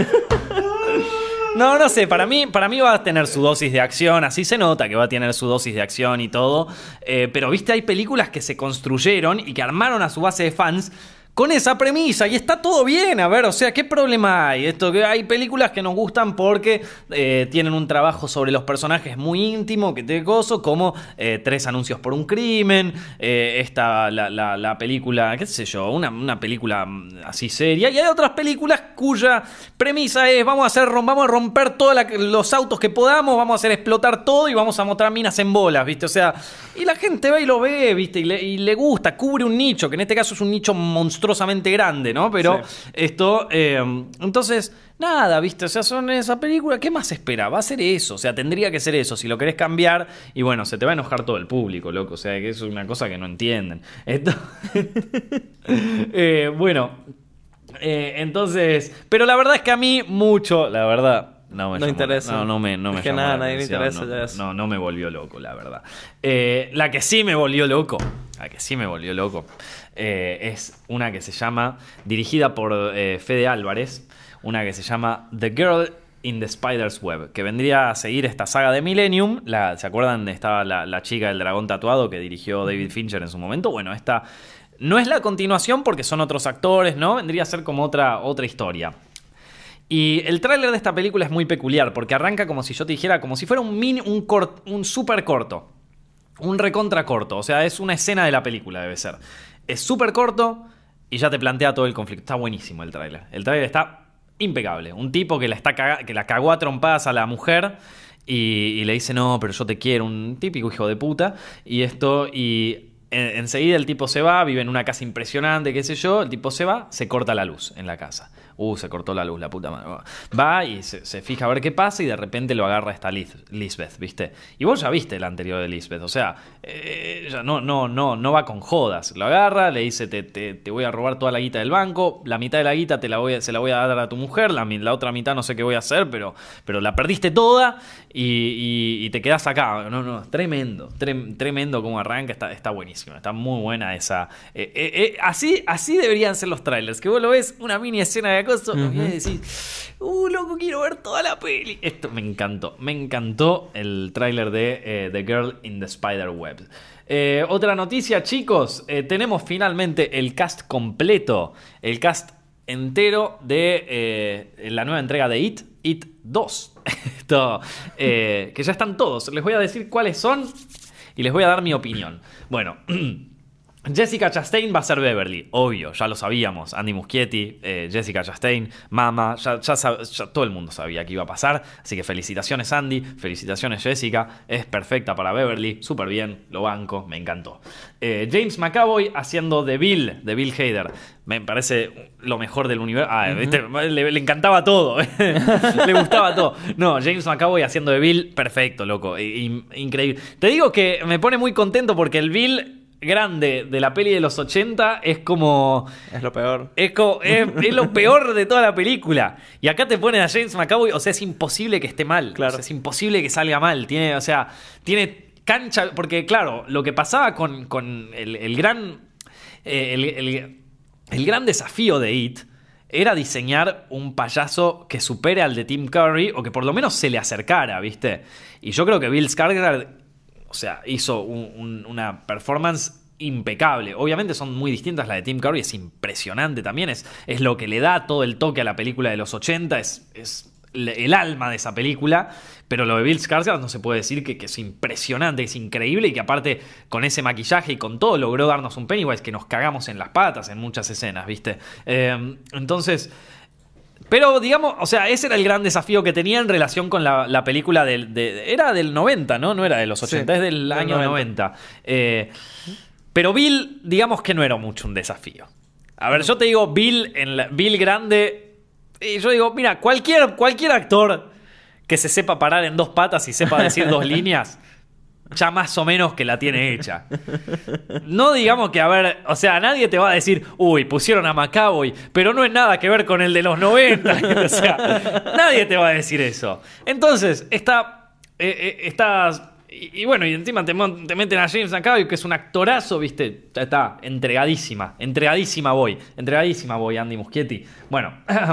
No, no sé, para mí, para mí va a tener su dosis de acción, así se nota que va a tener su dosis de acción y todo, eh, pero viste, hay películas que se construyeron y que armaron a su base de fans con esa premisa y está todo bien, a ver, o sea, ¿qué problema hay? Esto que hay películas que nos gustan porque eh, tienen un trabajo sobre los personajes muy íntimo, que te gozo, como eh, Tres anuncios por un crimen, eh, esta, la, la, la película, qué sé yo, una, una película mm, así seria, y hay otras películas cuya premisa es vamos a hacer, vamos a romper todos los autos que podamos, vamos a hacer explotar todo y vamos a mostrar minas en bolas, ¿viste? O sea, y la gente va y lo ve, ¿viste? Y le, y le gusta, cubre un nicho, que en este caso es un nicho monstruosamente grande, ¿no? Pero Sí. esto, eh, entonces, nada, ¿viste? O sea, son esa película, ¿qué más espera? Va a ser eso, o sea, tendría que ser eso, si lo querés cambiar, y bueno, se te va a enojar todo el público, loco, o sea, que es una cosa que no entienden. Esto... eh, bueno, eh, entonces, pero la verdad es que a mí mucho, la verdad... No me No llamó- interesa. No, no me, no me Es que llamó nada, la nadie le atención, interesa no, ya eso. no, no me volvió loco, la verdad. Eh, la que sí me volvió loco, la que sí me volvió loco, eh, es una que se llama, dirigida por eh, Fede Álvarez, una que se llama The Girl in the Spider's Web, que vendría a seguir esta saga de Millennium. La, ¿se acuerdan? Estaba la, la chica del dragón tatuado que dirigió David Fincher en su momento. Bueno, esta no es la continuación porque son otros actores, ¿no? Vendría a ser como otra, otra historia. Y el tráiler de esta película es muy peculiar porque arranca como si yo te dijera, como si fuera un mini, un cort, un súper corto. Un recontra corto. O sea, es una escena de la película, debe ser. Es súper corto y ya te plantea todo el conflicto. Está buenísimo el tráiler. El tráiler está impecable. Un tipo que la, está caga- que la cagó a trompadas a la mujer y, y le dice, no, pero yo te quiero. Un típico hijo de puta. Y esto, y en- enseguida el tipo se va, vive en una casa impresionante, qué sé yo. El tipo se va, se corta la luz en la casa. Uh, se cortó la luz, la puta madre. Va y se, se fija a ver qué pasa y de repente lo agarra esta Liz, Lisbeth, ¿viste? Y vos ya viste el anterior de Lisbeth, o sea, eh, ella no, no, no, no va con jodas. Lo agarra, le dice, te, te, te voy a robar toda la guita del banco, la mitad de la guita te la voy a, se la voy a dar a tu mujer, la, la otra mitad no sé qué voy a hacer, pero, pero la perdiste toda y, y, y te quedás acá. No, no, tremendo, tre- tremendo como arranca, está, está buenísimo, está muy buena esa... Eh, eh, eh, así, así deberían ser los trailers, que vos lo ves, una mini escena de acoso, uh-huh. Y decís, uh, loco, quiero ver toda la peli. Esto me encantó, me encantó el tráiler de eh, The Girl in the Spider Web. Eh, otra noticia, chicos, eh, tenemos finalmente el cast completo, el cast entero de eh, la nueva entrega de It, It dos. Esto, eh, que ya están todos. Les voy a decir cuáles son y les voy a dar mi opinión. Bueno, Jessica Chastain va a ser Beverly, obvio, ya lo sabíamos. Andy Muschietti, eh, Jessica Chastain, Mama, ya, ya, sab- ya todo el mundo sabía que iba a pasar. Así que felicitaciones Andy, felicitaciones Jessica, es perfecta para Beverly, súper bien, lo banco, me encantó. Eh, James McAvoy haciendo de Bill, de Bill Hader, me parece lo mejor del universo. Ah, uh-huh. ¿Viste? Le, le encantaba todo, le gustaba todo. No, James McAvoy haciendo de Bill, perfecto, loco, in- increíble. Te digo que me pone muy contento porque el Bill grande de la peli de los ochenta es como... Es lo peor. Es, como, es, es lo peor de toda la película. Y acá te ponen a James McAvoy, o sea, es imposible que esté mal. Claro. O sea, es imposible que salga mal. Tiene, o sea, tiene cancha... Porque, claro, lo que pasaba con, con el, el gran... Eh, el, el, el gran desafío de It era diseñar un payaso que supere al de Tim Curry o que por lo menos se le acercara, ¿viste? Y yo creo que Bill Skarsgård, o sea, hizo un, un, una performance impecable. Obviamente son muy distintas. La de Tim Curry es impresionante también. Es, es lo que le da todo el toque a la película de los ochenta. Es, es el alma de esa película. Pero lo de Bill Skarsgård no se puede decir que, que es impresionante, es increíble. Y que aparte con ese maquillaje y con todo logró darnos un Pennywise que nos cagamos en las patas en muchas escenas, ¿viste? Eh, entonces... Pero, digamos, o sea, ese era el gran desafío que tenía en relación con la, la película del... De, era del noventa, ¿no? No era de los ochenta, sí, es del, del año noventa. noventa. Eh, pero Bill, digamos que no era mucho un desafío. A ver, yo te digo Bill, en la, Bill grande... Y yo digo, mira, cualquier, cualquier actor que se sepa parar en dos patas y sepa decir dos líneas... ya más o menos que la tiene hecha. No digamos que, a ver, o sea, nadie te va a decir, uy, pusieron a McAvoy, pero no es nada que ver con el de los noventa. O sea, nadie te va a decir eso. Entonces, está... Eh, eh, está y, y bueno, y encima te, te meten a James McAvoy, que es un actorazo, ¿viste? Ya está, entregadísima. Entregadísima voy. Entregadísima voy, Andy Muschietti. Bueno...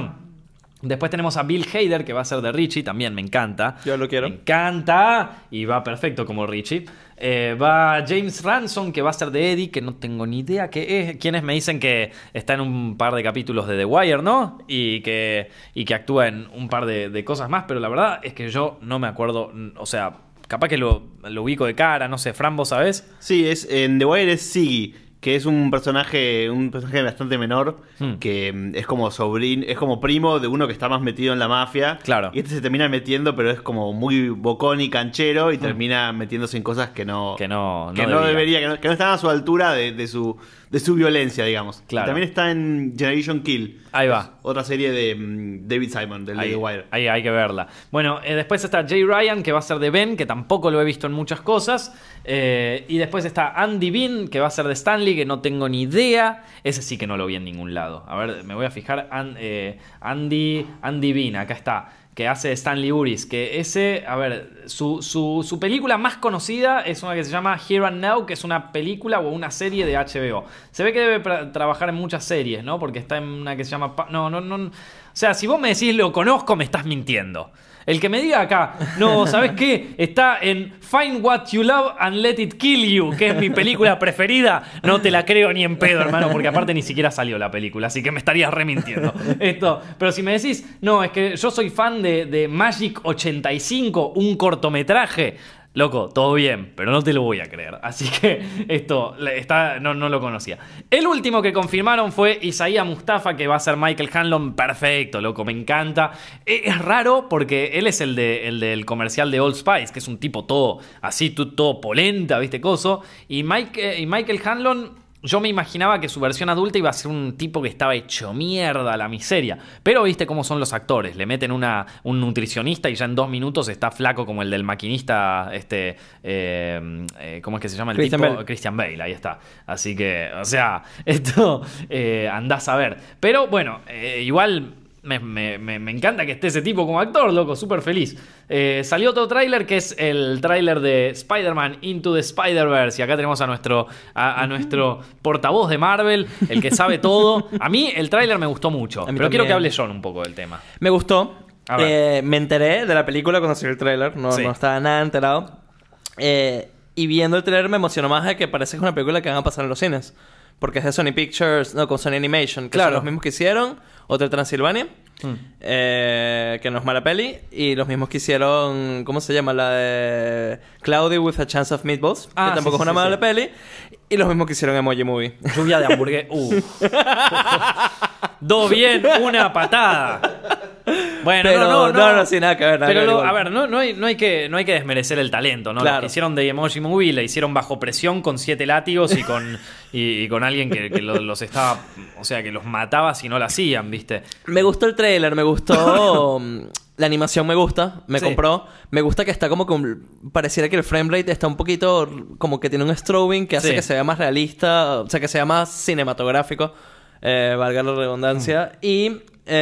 Después tenemos a Bill Hader, que va a ser de Richie, también me encanta. Yo lo quiero. Me encanta y va perfecto como Richie. Eh, va James Ransom, que va a ser de Eddie, que no tengo ni idea qué es. Quienes me dicen que está en un par de capítulos de The Wire, ¿no? Y que, y que actúa en un par de, de cosas más, pero la verdad es que yo no me acuerdo, o sea, capaz que lo, lo ubico de cara, no sé, Fran, ¿vos sabés? Sí, es, en The Wire es Siggy, que es un personaje un personaje bastante menor, hmm. que es como sobrino, es como primo de uno que está más metido en la mafia. Claro. Y este se termina metiendo, pero es como muy bocón y canchero y hmm. termina metiéndose en cosas que no que no, no que no debería, que no, que no están a su altura de, de su de su violencia, digamos. Claro. Y también está en Generation Kill. Ahí va. Otra serie de um, David Simon, del ahí, The Wire. Ahí hay que verla. Bueno, eh, después está Jay Ryan, que va a ser de Ben, que tampoco lo he visto en muchas cosas. Eh, y después está Andy Bean, que va a ser de Stanley, que no tengo ni idea. Ese sí que no lo vi en ningún lado. A ver, me voy a fijar. And, eh, Andy, Andy Bean, acá está. Que hace Stanley Uris. Que ese, a ver, su, su, su película más conocida es una que se llama Here and Now, que es una película o una serie de H B O. Se ve que debe pra- trabajar en muchas series, ¿no? Porque está en una que se llama... Pa- no, no, no. O sea, si vos me decís lo conozco, me estás mintiendo. El que me diga acá, no, ¿sabes qué? Está en Find What You Love and Let It Kill You, que es mi película preferida. No te la creo ni en pedo, hermano, porque aparte ni siquiera salió la película, así que me estarías remintiendo. Esto, pero si me decís, no, es que yo soy fan de, de Magic ochenta y cinco, un cortometraje... Loco, todo bien, pero no te lo voy a creer. Así que esto está, no, no lo conocía. El último que confirmaron fue Isaiah Mustafa, que va a ser Michael Hanlon. Perfecto, loco, me encanta. Es raro porque él es el, de, el del comercial de Old Spice, que es un tipo todo así, todo polenta, ¿viste? Coso. Y, Mike, y Michael Hanlon... Yo me imaginaba que su versión adulta iba a ser un tipo que estaba hecho mierda a la miseria. Pero viste cómo son los actores. Le meten una, un nutricionista y ya en dos minutos está flaco como el del maquinista. Este, eh, eh, ¿Cómo es que se llama el Christian tipo? Bale. Christian Bale, ahí está. Así que, o sea, esto eh, andás a ver. Pero bueno, eh, igual... Me, me, me encanta que esté ese tipo como actor, loco, súper feliz. Eh, salió otro tráiler que es el tráiler de Spider-Man Into the Spider-Verse. Y acá tenemos a nuestro, a, a nuestro portavoz de Marvel, el que sabe todo. A mí el tráiler me gustó mucho, pero también. quiero que hable John un poco del tema. Me gustó. A ver. Eh, me enteré de la película cuando salió el tráiler. No, Sí. no estaba nada enterado. Eh, y viendo el tráiler me emocionó más de que parece que es una película que van a pasar en los cines. Porque es de Sony Pictures, no, con Sony Animation, que Claro. son los mismos que hicieron Hotel Transilvania. Mm. Eh, que no es mala peli. Y los mismos que hicieron... ¿Cómo se llama? La de... Cloudy with a Chance of Meatballs. Ah, que tampoco sí, es una sí, mala sí. peli. Y los mismos que hicieron Emoji Movie. Lluvia de hamburguesa. Uh. Dos bien, una patada. Bueno, Pero no, no, no. no, no, sí, nada que ver. Nada Pero que ver lo- igual. a ver, no, no, hay, no, hay que, no hay que desmerecer el talento, ¿no? Claro. Lo que hicieron de Emoji Movie la hicieron bajo presión con siete látigos y con, y, y con alguien que, que lo- los estaba. O sea, que los mataba si no lo hacían, ¿viste? Me gustó el trailer, me gustó... La animación me gusta, me Sí. compró. Me gusta que está como... con- pareciera que el framerate está un poquito... Como que tiene un strobing que hace Sí. que se vea más realista. O sea, que sea más cinematográfico. Eh, valga la redundancia. Mm. Y...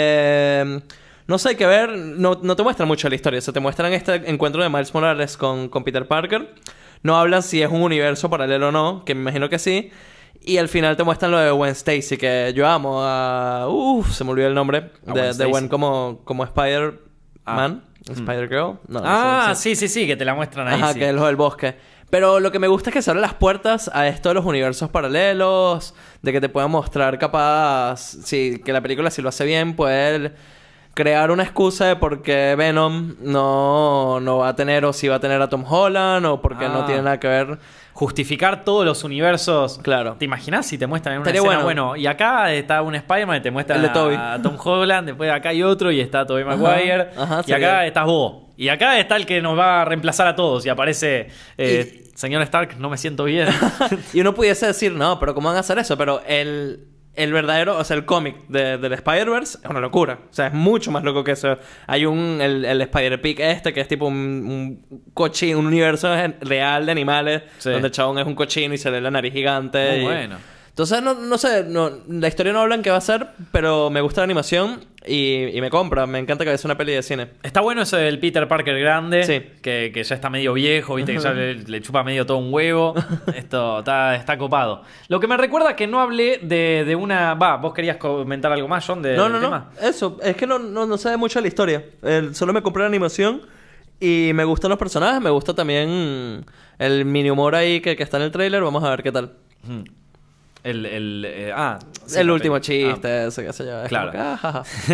eh, no sé, hay que ver... No, no te muestran mucho la historia. O sea, te muestran este encuentro de Miles Morales con, con Peter Parker. No hablan si es un universo paralelo o no. Que me imagino que sí. Y al final te muestran lo de Gwen Stacy. Que yo amo a... Uf, se me olvidó el nombre. A De, Gwen de Stacy. Gwen como, como Spider... Ah. Man, Spider-Girl. No, Ah, sí, sí, sí, sí, que te la muestran sí. ahí. Ajá, sí. que es lo del bosque. Pero lo que me gusta es que se abren las puertas a esto de los universos paralelos, de que te puedan mostrar capaz, sí, que la película si lo hace bien puede crear una excusa de por qué Venom no, no va a tener o si va a tener a Tom Holland o porque no Ah. tiene nada que ver. Justificar todos los universos. Claro. ¿Te imaginas si te muestran en una Estaría escena? bueno. Bueno, y acá está un Spider-Man y te muestran El de Tobey. a Tom Holland, después acá hay otro y está Tobey Maguire. ajá, y sería- acá estás vos. Y acá está el que nos va a reemplazar a todos y aparece... eh, Señor Stark, no me siento bien. Y uno pudiese decir, no, pero ¿cómo van a hacer eso? Pero el, el verdadero, o sea, el cómic de, del Spider-Verse es una locura. O sea, es mucho más loco que eso. Hay un, el, el Spider-Pig este, que es tipo un, un cochino, un universo gen- real de animales, Sí. donde el chabón es un cochino y se le la nariz gigante. Muy y- bueno. Entonces, no, no sé, no, la historia no habla en qué va a ser, pero me gusta la animación y, y me compra. Me encanta que es una peli de cine. Está bueno eso del Peter Parker grande, Sí. que, que ya está medio viejo, viste, que ya le, le chupa medio todo un huevo. Esto está, está copado. Lo que me recuerda que no hablé de, de una... Va, vos querías comentar algo más, John, de, No, del no, tema. no. Eso, es que no, no, no sabe mucho de la historia. El- solo me compré la animación y me gustan los personajes. Me gusta también el mini humor ahí que, que está en el tráiler. Vamos a ver qué tal. Ujú. El... el eh, ah, sí, el la último peli. chiste, Ah. ese, qué sé yo. Es Claro. como que, ah,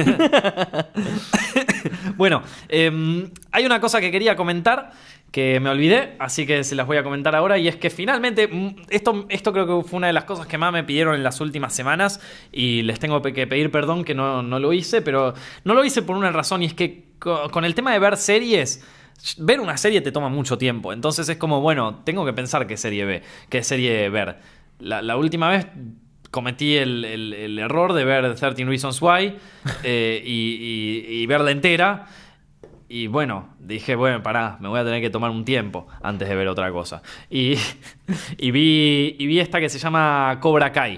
jaja. Bueno, eh, hay una cosa que quería comentar que me olvidé, así que se las voy a comentar ahora, y es que finalmente, mm, esto, esto creo que fue una de las cosas que más me pidieron en las últimas semanas, y les tengo que pedir perdón que no, no lo hice, pero no lo hice por una razón, y es que co- con el tema de ver series... Ver una serie te toma mucho tiempo, entonces es como, bueno, tengo que pensar qué serie ve, qué serie ver. La, la última vez cometí el, el- el error de ver trece Reasons Why eh, y, y- y verla entera. Y bueno, dije, bueno, pará, me voy a tener que tomar un tiempo antes de ver otra cosa. Y, y, vi, y vi esta que se llama Cobra Kai.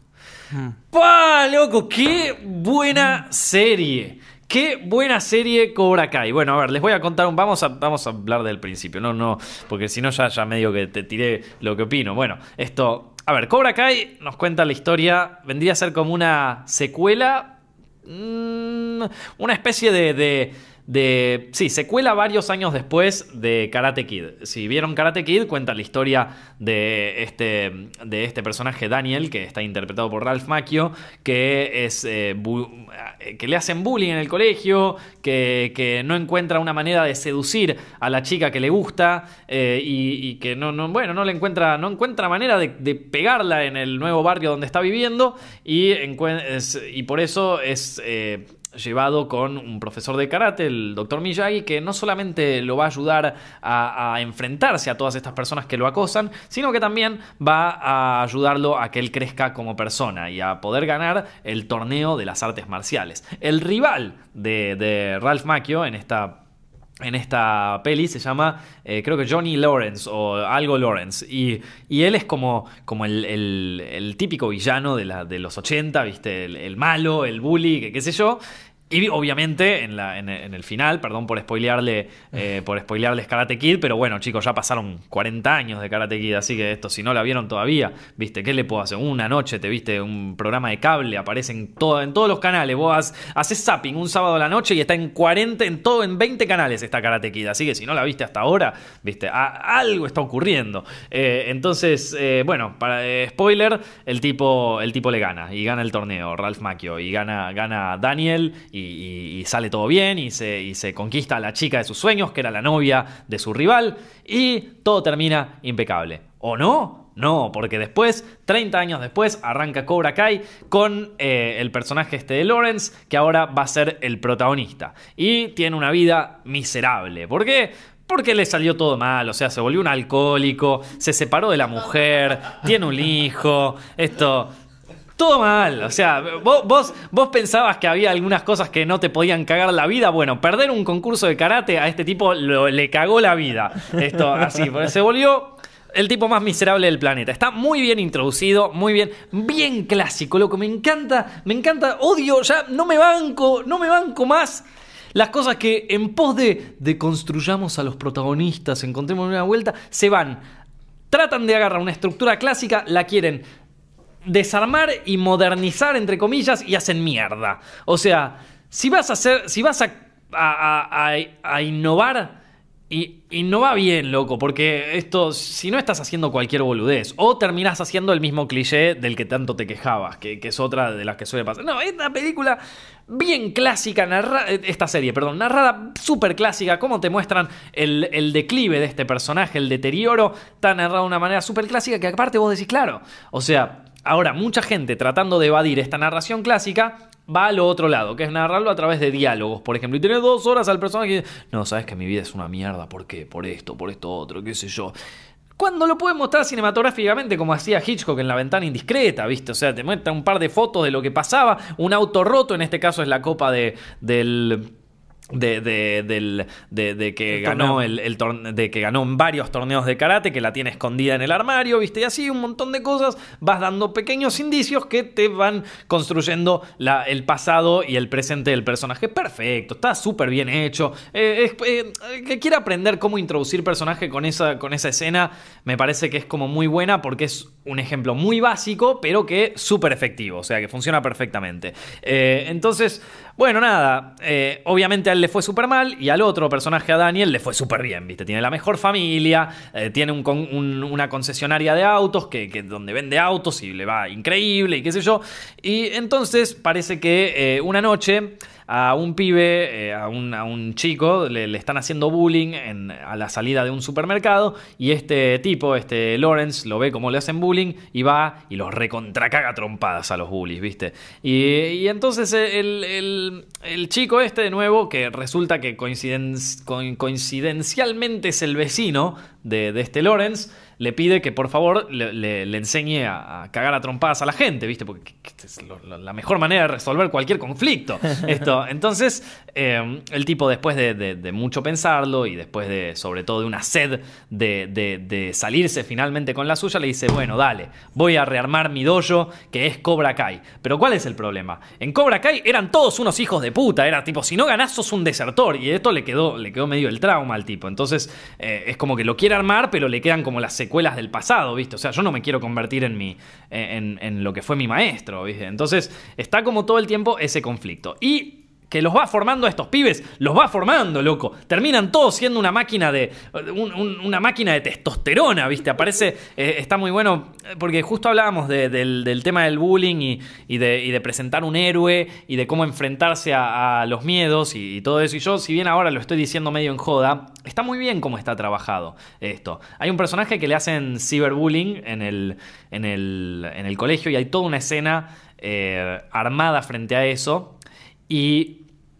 ¡Pah, loco! ¡Qué buena serie! ¡Qué buena serie Cobra Kai! Bueno, a ver, les voy a contar un... Vamos a, vamos a hablar del principio, no, no, porque si no ya, ya medio que te tiré lo que opino. Bueno, esto... A ver, Cobra Kai nos cuenta la historia, vendría a ser como una secuela... mm, una especie de... de de, sí, secuela varios años después de Karate Kid. Si vieron Karate Kid, cuenta la historia de este, de este personaje Daniel, que está interpretado por Ralph Macchio, que, es, eh, bu- que le hacen bullying en el colegio, que, que no encuentra una manera de seducir a la chica que le gusta eh, y, y que no, no, bueno, no le encuentra, no encuentra manera de, de pegarla en el nuevo barrio donde está viviendo y, encuen- es- y por eso es... eh, llevado con un profesor de karate, el doctor Miyagi, que no solamente lo va a ayudar a, a enfrentarse a todas estas personas que lo acosan, sino que también va a ayudarlo a que él crezca como persona y a poder ganar el torneo de las artes marciales. El rival de, de Ralph Macchio en esta En esta peli se llama, eh, creo que Johnny Lawrence o algo Lawrence. Y, y él es como, como el, el- el típico villano de, la, de los ochenta, ¿viste? El, el malo, el bully, que, qué sé yo. Y obviamente en, la, en, en el final, perdón por spoilearle, eh, por spoilearles Karate Kid, pero bueno, chicos, ya pasaron cuarenta años de Karate Kid, así que esto, si no la vieron todavía, ¿viste? ¿Qué le puedo hacer? Una noche te viste un programa de cable, aparece en, todo, en todos los canales, vos has- haces zapping un sábado a la noche y está en cuarenta, en todo, en veinte canales está Karate Kid, así que si no la viste hasta ahora, ¿viste? A- algo está ocurriendo. Eh, entonces, eh, bueno, para eh, spoiler, el tipo, el tipo le gana y gana el torneo, Ralph Macchio, y gana, gana Daniel y y, y sale todo bien y se, y se conquista a la chica de sus sueños, que era la novia de su rival, y todo termina impecable. ¿O no? No, porque después, treinta años después, arranca Cobra Kai con eh, el personaje este de Lawrence, que ahora va a ser el protagonista. Y tiene una vida miserable. ¿Por qué? Porque le salió todo mal, o sea, se volvió un alcohólico, se separó de la mujer, tiene un hijo, esto... Todo mal, o sea, vos, vos, vos pensabas que había algunas cosas que no te podían cagar la vida. Bueno, perder un concurso de karate a este tipo lo, le cagó la vida. Esto así, porque se volvió el tipo más miserable del planeta. Está muy bien introducido, muy bien, bien clásico, loco. Me encanta, me encanta, odio, ya no me banco, no me banco más. Las cosas que en pos de, de construyamos a los protagonistas, encontremos una vuelta, se van. Tratan de agarrar una estructura clásica, la quieren desarmar y modernizar, entre comillas, y hacen mierda. O sea, si vas a hacer, si vas a, a, a, a innovar, y, y no va bien, loco, porque esto, si no estás haciendo cualquier boludez, o terminás haciendo el mismo cliché del que tanto te quejabas, que, que es otra de las que suele pasar. No, esta película bien clásica, narra, esta serie, perdón, narrada súper clásica, cómo te muestran el, el declive de este personaje, el deterioro, está narrado de una manera súper clásica que aparte vos decís, claro, o sea... Ahora, mucha gente tratando de evadir esta narración clásica va al otro lado, que es narrarlo a través de diálogos, por ejemplo. Y tenés dos horas al personaje y dice, no, sabes que mi vida es una mierda, ¿por qué? Por esto, por esto otro, qué sé yo. Cuando lo pueden mostrar cinematográficamente como hacía Hitchcock en La ventana indiscreta, ¿viste? O sea, te muestra un par de fotos de lo que pasaba, un auto roto, en este caso es la copa de, del... De, de, del, de, de que el ganó el, el torne- de que ganó en varios torneos de karate, que la tiene escondida en el armario, viste, y así un montón de cosas, vas dando pequeños indicios que te van construyendo la, el pasado y el presente del personaje. Perfecto, está súper bien hecho. Eh, es, eh, que quiera aprender cómo introducir personaje con esa, con esa escena, me parece que es como muy buena, porque es un ejemplo muy básico, pero que súper efectivo, o sea, que funciona perfectamente. Eh, entonces, bueno, nada, eh, obviamente al le fue súper mal y al otro personaje, a Daniel, le fue súper bien, ¿viste? Tiene la mejor familia, eh, tiene un, un, una concesionaria de autos que, que donde vende autos y le va increíble y qué sé yo. Y entonces parece que eh, una noche a un pibe, eh, a, un, a un chico, le, le están haciendo bullying en, a la salida de un supermercado y este tipo, este Lawrence, lo ve como le hacen bullying y va y los recontracaga trompadas a los bullies, ¿viste? Y, y entonces el, el, el chico este de nuevo, que resulta que coinciden, coincidencialmente es el vecino de, de este Lawrence, le pide que por favor le, le, le enseñe a, a cagar a trompadas a la gente, ¿viste? Porque es lo, lo, la mejor manera de resolver cualquier conflicto. Esto. Entonces, eh, el tipo, después de, de, de mucho pensarlo y después de, sobre todo, de una sed de, de, de salirse finalmente con la suya, le dice, bueno, dale, voy a rearmar mi dojo, que es Cobra Kai. Pero ¿cuál es el problema? En Cobra Kai eran todos unos hijos de puta. Era tipo, si no ganás, sos un desertor. Y esto le quedó, le quedó medio el trauma al tipo. Entonces, eh, es como que lo quiere armar, pero le quedan como las secuelas del pasado, ¿viste? O sea, yo no me quiero convertir en mi en, en lo que fue mi maestro, ¿viste? Entonces, está como todo el tiempo ese conflicto. Y que los va formando a estos pibes, los va formando, loco. Terminan todos siendo una máquina de un, un, una máquina de testosterona, ¿viste? Aparece, eh, está muy bueno, porque justo hablábamos de, del, del tema del bullying y, y, de, y de presentar un héroe y de cómo enfrentarse a, a los miedos y, y todo eso. Y yo, si bien ahora lo estoy diciendo medio en joda, está muy bien cómo está trabajado esto. Hay un personaje que le hacen ciberbullying en el, en el, en el colegio y hay toda una escena eh, armada frente a eso. Y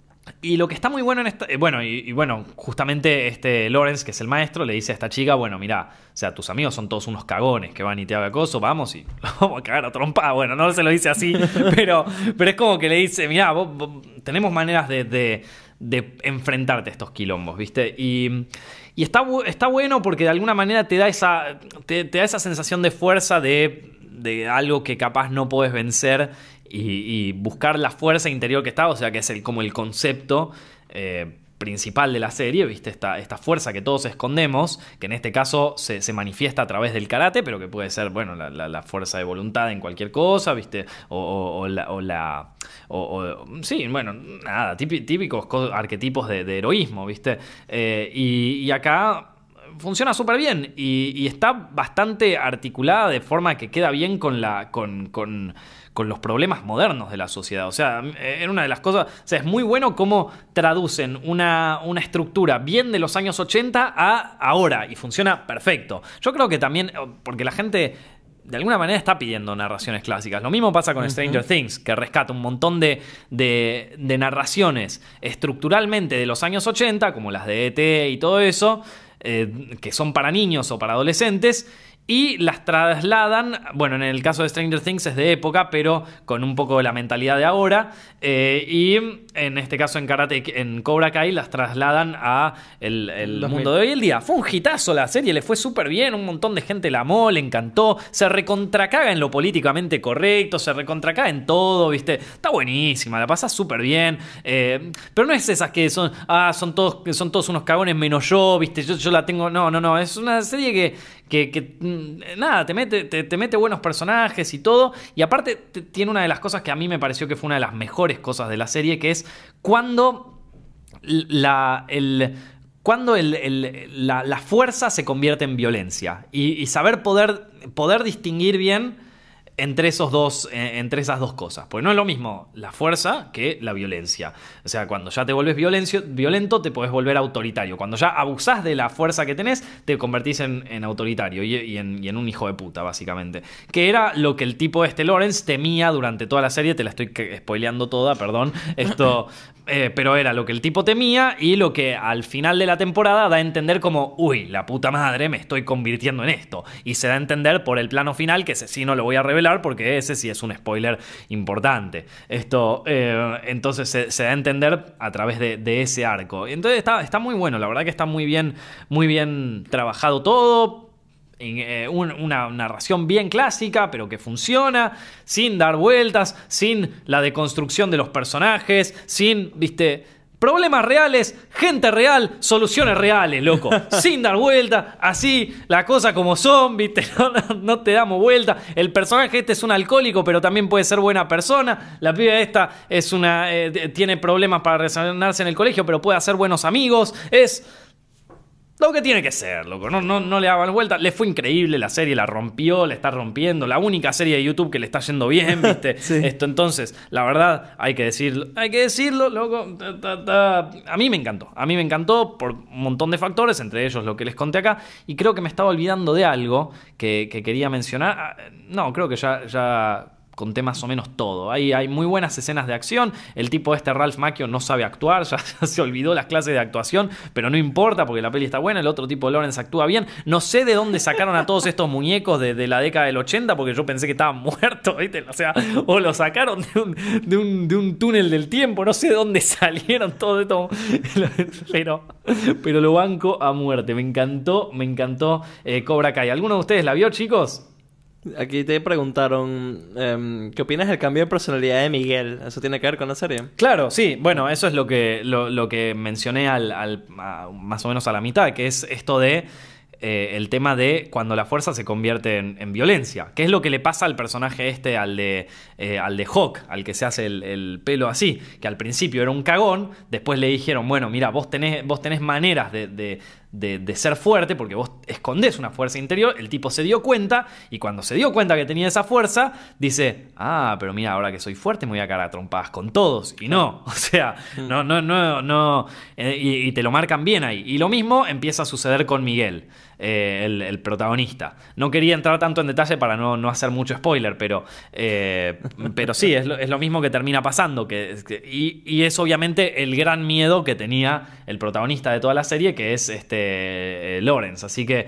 Y lo que está muy bueno en esta... Bueno, y, y bueno, justamente este Lawrence, que es el maestro, le dice a esta chica, bueno, mirá, o sea, tus amigos son todos unos cagones que van y te hagan acoso, vamos y vamos a cagar a trompada. Bueno, no se lo dice así, pero, pero es como que le dice, mirá, vos, vos, tenemos maneras de, de, de enfrentarte a estos quilombos, ¿viste? Y, y está, está bueno porque de alguna manera te da esa, te, te da esa sensación de fuerza de, de algo que capaz no podés vencer. Y, y buscar la fuerza interior que está, o sea, que es el, como el concepto eh, principal de la serie, ¿viste? Esta, esta fuerza que todos escondemos, que en este caso se, se manifiesta a través del karate, pero que puede ser, bueno, la, la, la fuerza de voluntad en cualquier cosa, ¿viste? O, o, o la... O la o, o, sí, bueno, nada, típicos arquetipos de, de heroísmo, ¿viste? Eh, y, y acá funciona súper bien y, y está bastante articulada de forma que queda bien con la con, con, con los problemas modernos de la sociedad. O sea, era una de las cosas... O sea, es muy bueno cómo traducen una, una estructura bien de los años ochenta a ahora y funciona perfecto. Yo creo que también, porque la gente... de alguna manera está pidiendo narraciones clásicas. Lo mismo pasa con uh-huh. Stranger Things, que rescata un montón de, de, de narraciones estructuralmente de los años ochenta, como las de E T y todo eso, eh, que son para niños o para adolescentes, y las trasladan, bueno, en el caso de Stranger Things es de época, pero con un poco de la mentalidad de ahora, eh, y en este caso en Karate, en Cobra Kai las trasladan a el, el mundo de hoy en día. Fue un hitazo la serie, le fue súper bien, un montón de gente la amó, le encantó, se recontracaga en lo políticamente correcto, se recontracaga en todo, ¿viste? Está buenísima, la pasás súper bien, eh, pero no es esas que son, ah, son todos, son todos unos cagones menos yo, ¿viste? Yo, yo la tengo, no, no, no, es una serie que, que, que nada, te mete, te, te mete buenos personajes y todo. Y aparte te, tiene una de las cosas que a mí me pareció que fue una de las mejores cosas de la serie, que es cuando la, el, cuando el, el, la, la fuerza se convierte en violencia. Y, y saber poder, poder distinguir bien entre esos dos, eh, entre esas dos cosas. Porque no es lo mismo la fuerza que la violencia. O sea, cuando ya te vuelves violencio, violento, te podés volver autoritario. Cuando ya abusás de la fuerza que tenés, te convertís en, en autoritario y, y, en, y en un hijo de puta, básicamente. Que era lo que el tipo este Lawrence temía durante toda la serie. Te la estoy spoileando toda, perdón. Esto... Eh, pero era lo que el tipo temía y lo que al final de la temporada da a entender como, uy, la puta madre, me estoy convirtiendo en esto. Y se da a entender por el plano final, que ese sí no lo voy a revelar porque ese sí es un spoiler importante. Esto, eh, entonces se, se da a entender a través de, de ese arco. Entonces está, está muy bueno, la verdad que está muy bien, muy bien trabajado todo. Una narración bien clásica, pero que funciona, sin dar vueltas, sin la deconstrucción de los personajes, sin, viste, problemas reales, gente real, soluciones reales, loco, sin dar vueltas, así, la cosa como son, viste, no, no, no te damos vuelta. El personaje este es un alcohólico, pero también puede ser buena persona. La piba esta es una, eh, tiene problemas para relacionarse en el colegio, pero puede hacer buenos amigos. Es... lo que tiene que ser, loco. No, no, no le daban vuelta. Le fue increíble, la serie la rompió, le está rompiendo. La única serie de YouTube que le está yendo bien, ¿viste? Sí. Esto, entonces, la verdad, hay que decirlo. Hay que decirlo, loco. Ta, ta, ta. A mí me encantó. A mí me encantó por un montón de factores, entre ellos lo que les conté acá. Y creo que me estaba olvidando de algo que, que quería mencionar. No, creo que ya... ya conté más o menos todo. Hay, hay muy buenas escenas de acción. El tipo este, Ralph Macchio, no sabe actuar. Ya, ya se olvidó las clases de actuación, pero no importa porque la peli está buena. El otro tipo, Lawrence, actúa bien. No sé de dónde sacaron a todos estos muñecos de, de la década del ochenta, porque yo pensé que estaban muertos, ¿viste? O sea, o lo sacaron de un, de un, de un túnel del tiempo. No sé de dónde salieron todo esto. Pero, pero lo banco a muerte. Me encantó, me encantó eh, Cobra Kai. ¿Alguno de ustedes la vio, chicos? Aquí te preguntaron, um, ¿qué opinas del cambio de personalidad de Miguel? ¿Eso tiene que ver con la serie? Claro, sí. Bueno, eso es lo que, lo, lo que mencioné al, al, a, más o menos a la mitad, que es esto de eh, el tema de cuando la fuerza se convierte en, en violencia. ¿Qué es lo que le pasa al personaje este, al de, eh, al de Hawk, al que se hace el, el pelo así? Que al principio era un cagón, después le dijeron, bueno, mira, vos tenés, vos tenés maneras de... de De, de ser fuerte, porque vos escondés una fuerza interior. El tipo se dio cuenta, y cuando se dio cuenta que tenía esa fuerza, dice, ah, pero mira, ahora que soy fuerte me voy a cagar a trompadas con todos. Y no, o sea, no, no, no, no, eh, y, y te lo marcan bien ahí. Y lo mismo empieza a suceder con Miguel, eh, el, el protagonista. No quería entrar tanto en detalle para no, no hacer mucho spoiler, pero, eh, pero sí, es lo, es lo mismo que termina pasando. Que, que, y, y es obviamente el gran miedo que tenía el protagonista de toda la serie, que es este Eh, Lawrence. Así que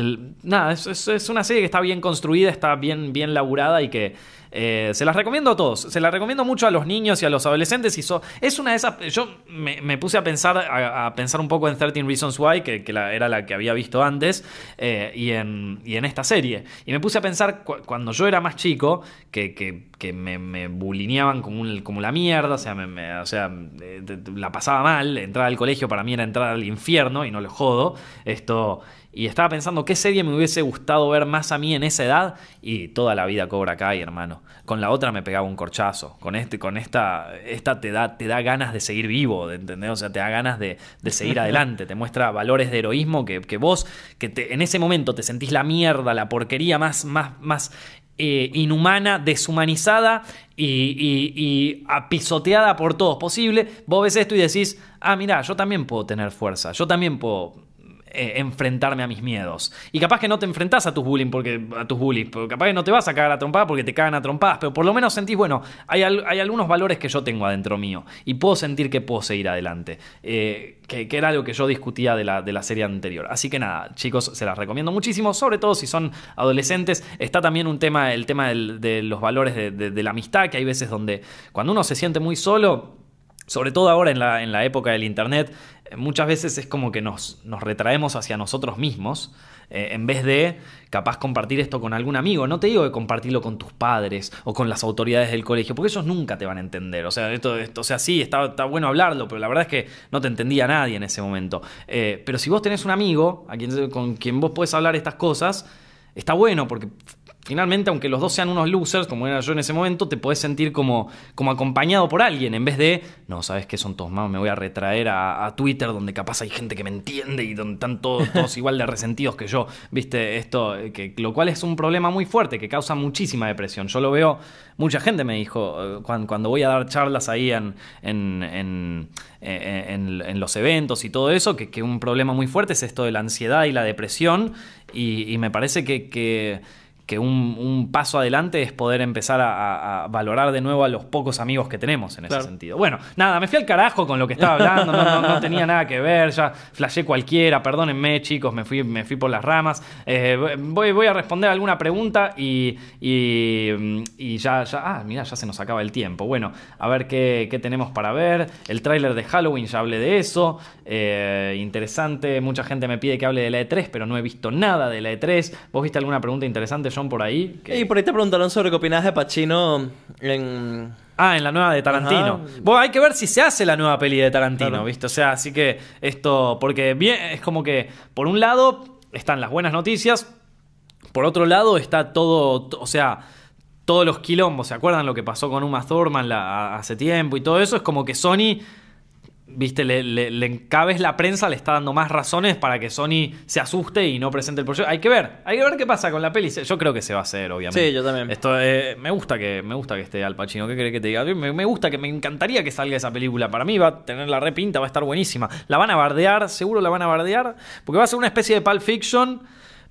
nada, es, es, es una serie que está bien construida, está bien, bien laburada y que eh, se las recomiendo a todos. Se las recomiendo mucho a los niños y a los adolescentes. Y so, es una de esas. Yo me, me puse a pensar a, a pensar un poco en thirteen Reasons Why, que, que la, era la que había visto antes, eh, y, en, y en esta serie. Y me puse a pensar cu- cuando yo era más chico, que, que que me, me bulineaban como, un, como la mierda, o sea, me, me, o sea eh, la pasaba mal. Entrar al colegio para mí era entrar al infierno, y no lo jodo. Esto, y estaba pensando qué serie me hubiese gustado ver más a mí en esa edad, y toda la vida Cobra Kai, hermano. Con la otra me pegaba un corchazo. Con este, con esta, esta te da, te da ganas de seguir vivo, ¿entendés? O sea, te da ganas de, de seguir adelante. Te muestra valores de heroísmo que, que vos, que te, en ese momento te sentís la mierda, la porquería más, más, más eh, inhumana, deshumanizada y, y, y pisoteada por todos posible. Vos ves esto y decís, ah, mirá, yo también puedo tener fuerza, yo también puedo Eh, enfrentarme a mis miedos. Y capaz que no te enfrentás a tus bullying porque a tus bullies, porque capaz que no te vas a cagar a trompadas porque te cagan a trompadas, pero por lo menos sentís, bueno, hay, al, hay algunos valores que yo tengo adentro mío y puedo sentir que puedo seguir adelante. Eh, que, que era algo que yo discutía de la, de la serie anterior. Así que nada, chicos, se las recomiendo muchísimo, sobre todo si son adolescentes. Está también un tema, el tema del, de los valores de, de, de la amistad, que hay veces donde cuando uno se siente muy solo, sobre todo ahora en la, en la época del internet, muchas veces es como que nos, nos retraemos hacia nosotros mismos, eh, en vez de capaz compartir esto con algún amigo. No te digo de compartirlo con tus padres o con las autoridades del colegio, porque ellos nunca te van a entender. O sea, esto, esto, o sea sí, está, está bueno hablarlo, pero la verdad es que no te entendía nadie en ese momento. Eh, pero si vos tenés un amigo a quien, con quien vos podés hablar estas cosas, está bueno, porque finalmente, aunque los dos sean unos losers, como era yo en ese momento, te podés sentir como, como acompañado por alguien, en vez de, no, ¿sabes qué? Son todos malos, me voy a retraer a, a Twitter, donde capaz hay gente que me entiende y donde están todos, todos igual de resentidos que yo, ¿viste? Esto, que, lo cual es un problema muy fuerte, que causa muchísima depresión. Yo lo veo, mucha gente me dijo, cuando, cuando voy a dar charlas ahí en, en, en, en, en los eventos y todo eso, que, que un problema muy fuerte es esto de la ansiedad y la depresión, y, y me parece que... que que un, un paso adelante es poder empezar a, a valorar de nuevo a los pocos amigos que tenemos en ese claro. sentido. Bueno, nada, me fui al carajo con lo que estaba hablando, no, no, no tenía nada que ver, ya flashé cualquiera, perdónenme chicos, me fui, me fui por las ramas. Eh, voy, voy a responder alguna pregunta y, y, y ya, ya, ah, mira, ya se nos acaba el tiempo. Bueno, a ver qué, qué tenemos para ver. El tráiler de Halloween, ya hablé de eso. Eh, interesante, mucha gente me pide que hable de la E tres, pero no he visto nada de la E tres. ¿Vos viste alguna pregunta interesante, John, por ahí? Que... Y por ahí te preguntaron sobre qué opinás de Pacino en... Ah, en la nueva de Tarantino. Bueno, hay que ver si se hace la nueva peli de Tarantino, claro. ¿viste? O sea, así que esto... Porque bien, es como que, por un lado, están las buenas noticias. Por otro lado, está todo... O sea, todos los quilombos. ¿Se acuerdan lo que pasó con Uma Thurman la, hace tiempo y todo eso? Es como que Sony... Viste, le, le, le cada vez la prensa le está dando más razones para que Sony se asuste y no presente el proyecto. Hay que ver, hay que ver qué pasa con la peli. Yo creo que se va a hacer, obviamente. Sí, yo también. Esto, eh, me gusta que me gusta que esté Al Pacino. ¿Qué querés que te diga? Me, me gusta, que me encantaría que salga esa película. Para mí va a tener la repinta, va a estar buenísima. La van a bardear, seguro la van a bardear, porque va a ser una especie de Pulp Fiction.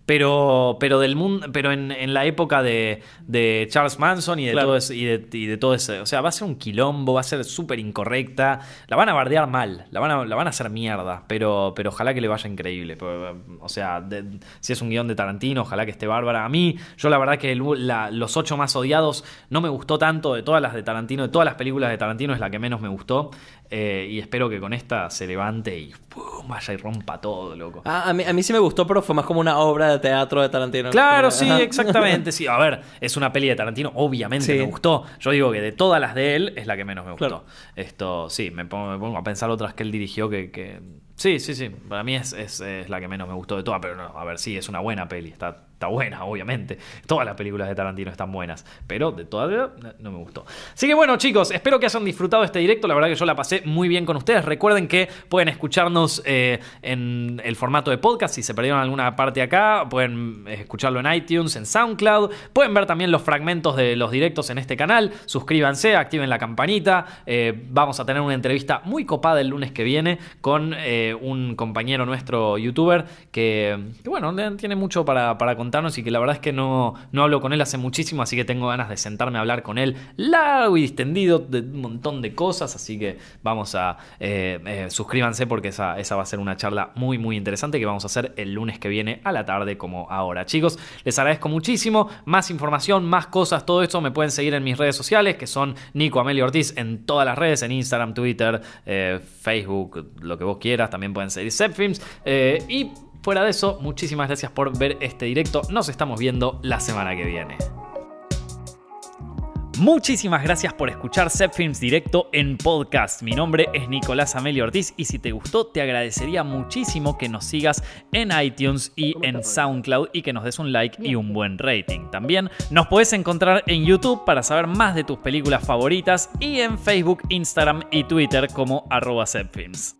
Pero, pero del mundo, pero en, en la época de, de Charles Manson y de, claro. todo ese, y, de, y de todo eso. O sea, va a ser un quilombo, va a ser súper incorrecta. La van a bardear mal, la van a, la van a hacer mierda. Pero, pero ojalá que le vaya increíble. O sea, de, si es un guión de Tarantino, ojalá que esté bárbara. A mí, yo la verdad que el, la, Los Ocho Más Odiados no me gustó tanto. De todas las de Tarantino, de todas las películas de Tarantino, es la que menos me gustó. Eh, y espero que con esta se levante y ¡pum! Vaya y rompa todo, loco. Ah, a mí, a mí sí me gustó, pero fue más como una obra de teatro de Tarantino. Claro, sí, ajá. Exactamente. Sí, a ver, es una peli de Tarantino, obviamente sí. me gustó. Yo digo que de todas las de él es la que menos me gustó. Claro. Esto, sí, me pongo, me pongo a pensar otras que él dirigió que... que... Sí, sí, sí. Para mí es, es, es la que menos me gustó de todas, pero no, a ver, sí, es una buena peli. Está, está buena, obviamente. Todas las películas de Tarantino están buenas, pero de todas no, no me gustó. Así que bueno, chicos, espero que hayan disfrutado este directo. La verdad que yo la pasé muy bien con ustedes. Recuerden que pueden escucharnos eh, en el formato de podcast. Si se perdieron alguna parte acá, pueden escucharlo en iTunes, en SoundCloud. Pueden ver también los fragmentos de los directos en este canal. Suscríbanse, activen la campanita. Eh, vamos a tener una entrevista muy copada el lunes que viene con... Eh, un compañero nuestro youtuber que, que bueno, tiene mucho para, para contarnos y que la verdad es que no, no hablo con él hace muchísimo, así que tengo ganas de sentarme a hablar con él largo y distendido de un montón de cosas, así que vamos a eh, eh, suscríbanse porque esa, esa va a ser una charla muy muy interesante que vamos a hacer el lunes que viene a la tarde como ahora. Chicos, les agradezco muchísimo. Más información, más cosas, todo esto me pueden seguir en mis redes sociales, que son Nico Amelio Ortiz en todas las redes, en Instagram, Twitter, eh, Facebook, lo que vos quieras. También pueden seguir Zepfilms. Eh, y fuera de eso, muchísimas gracias por ver este directo. Nos estamos viendo la semana que viene. Muchísimas gracias por escuchar Zepfilms Directo en podcast. Mi nombre es Nicolás Amelio Ortiz y si te gustó te agradecería muchísimo que nos sigas en iTunes y en SoundCloud y que nos des un like y un buen rating. También nos puedes encontrar en YouTube para saber más de tus películas favoritas y en Facebook, Instagram y Twitter como arroba Zepfilms.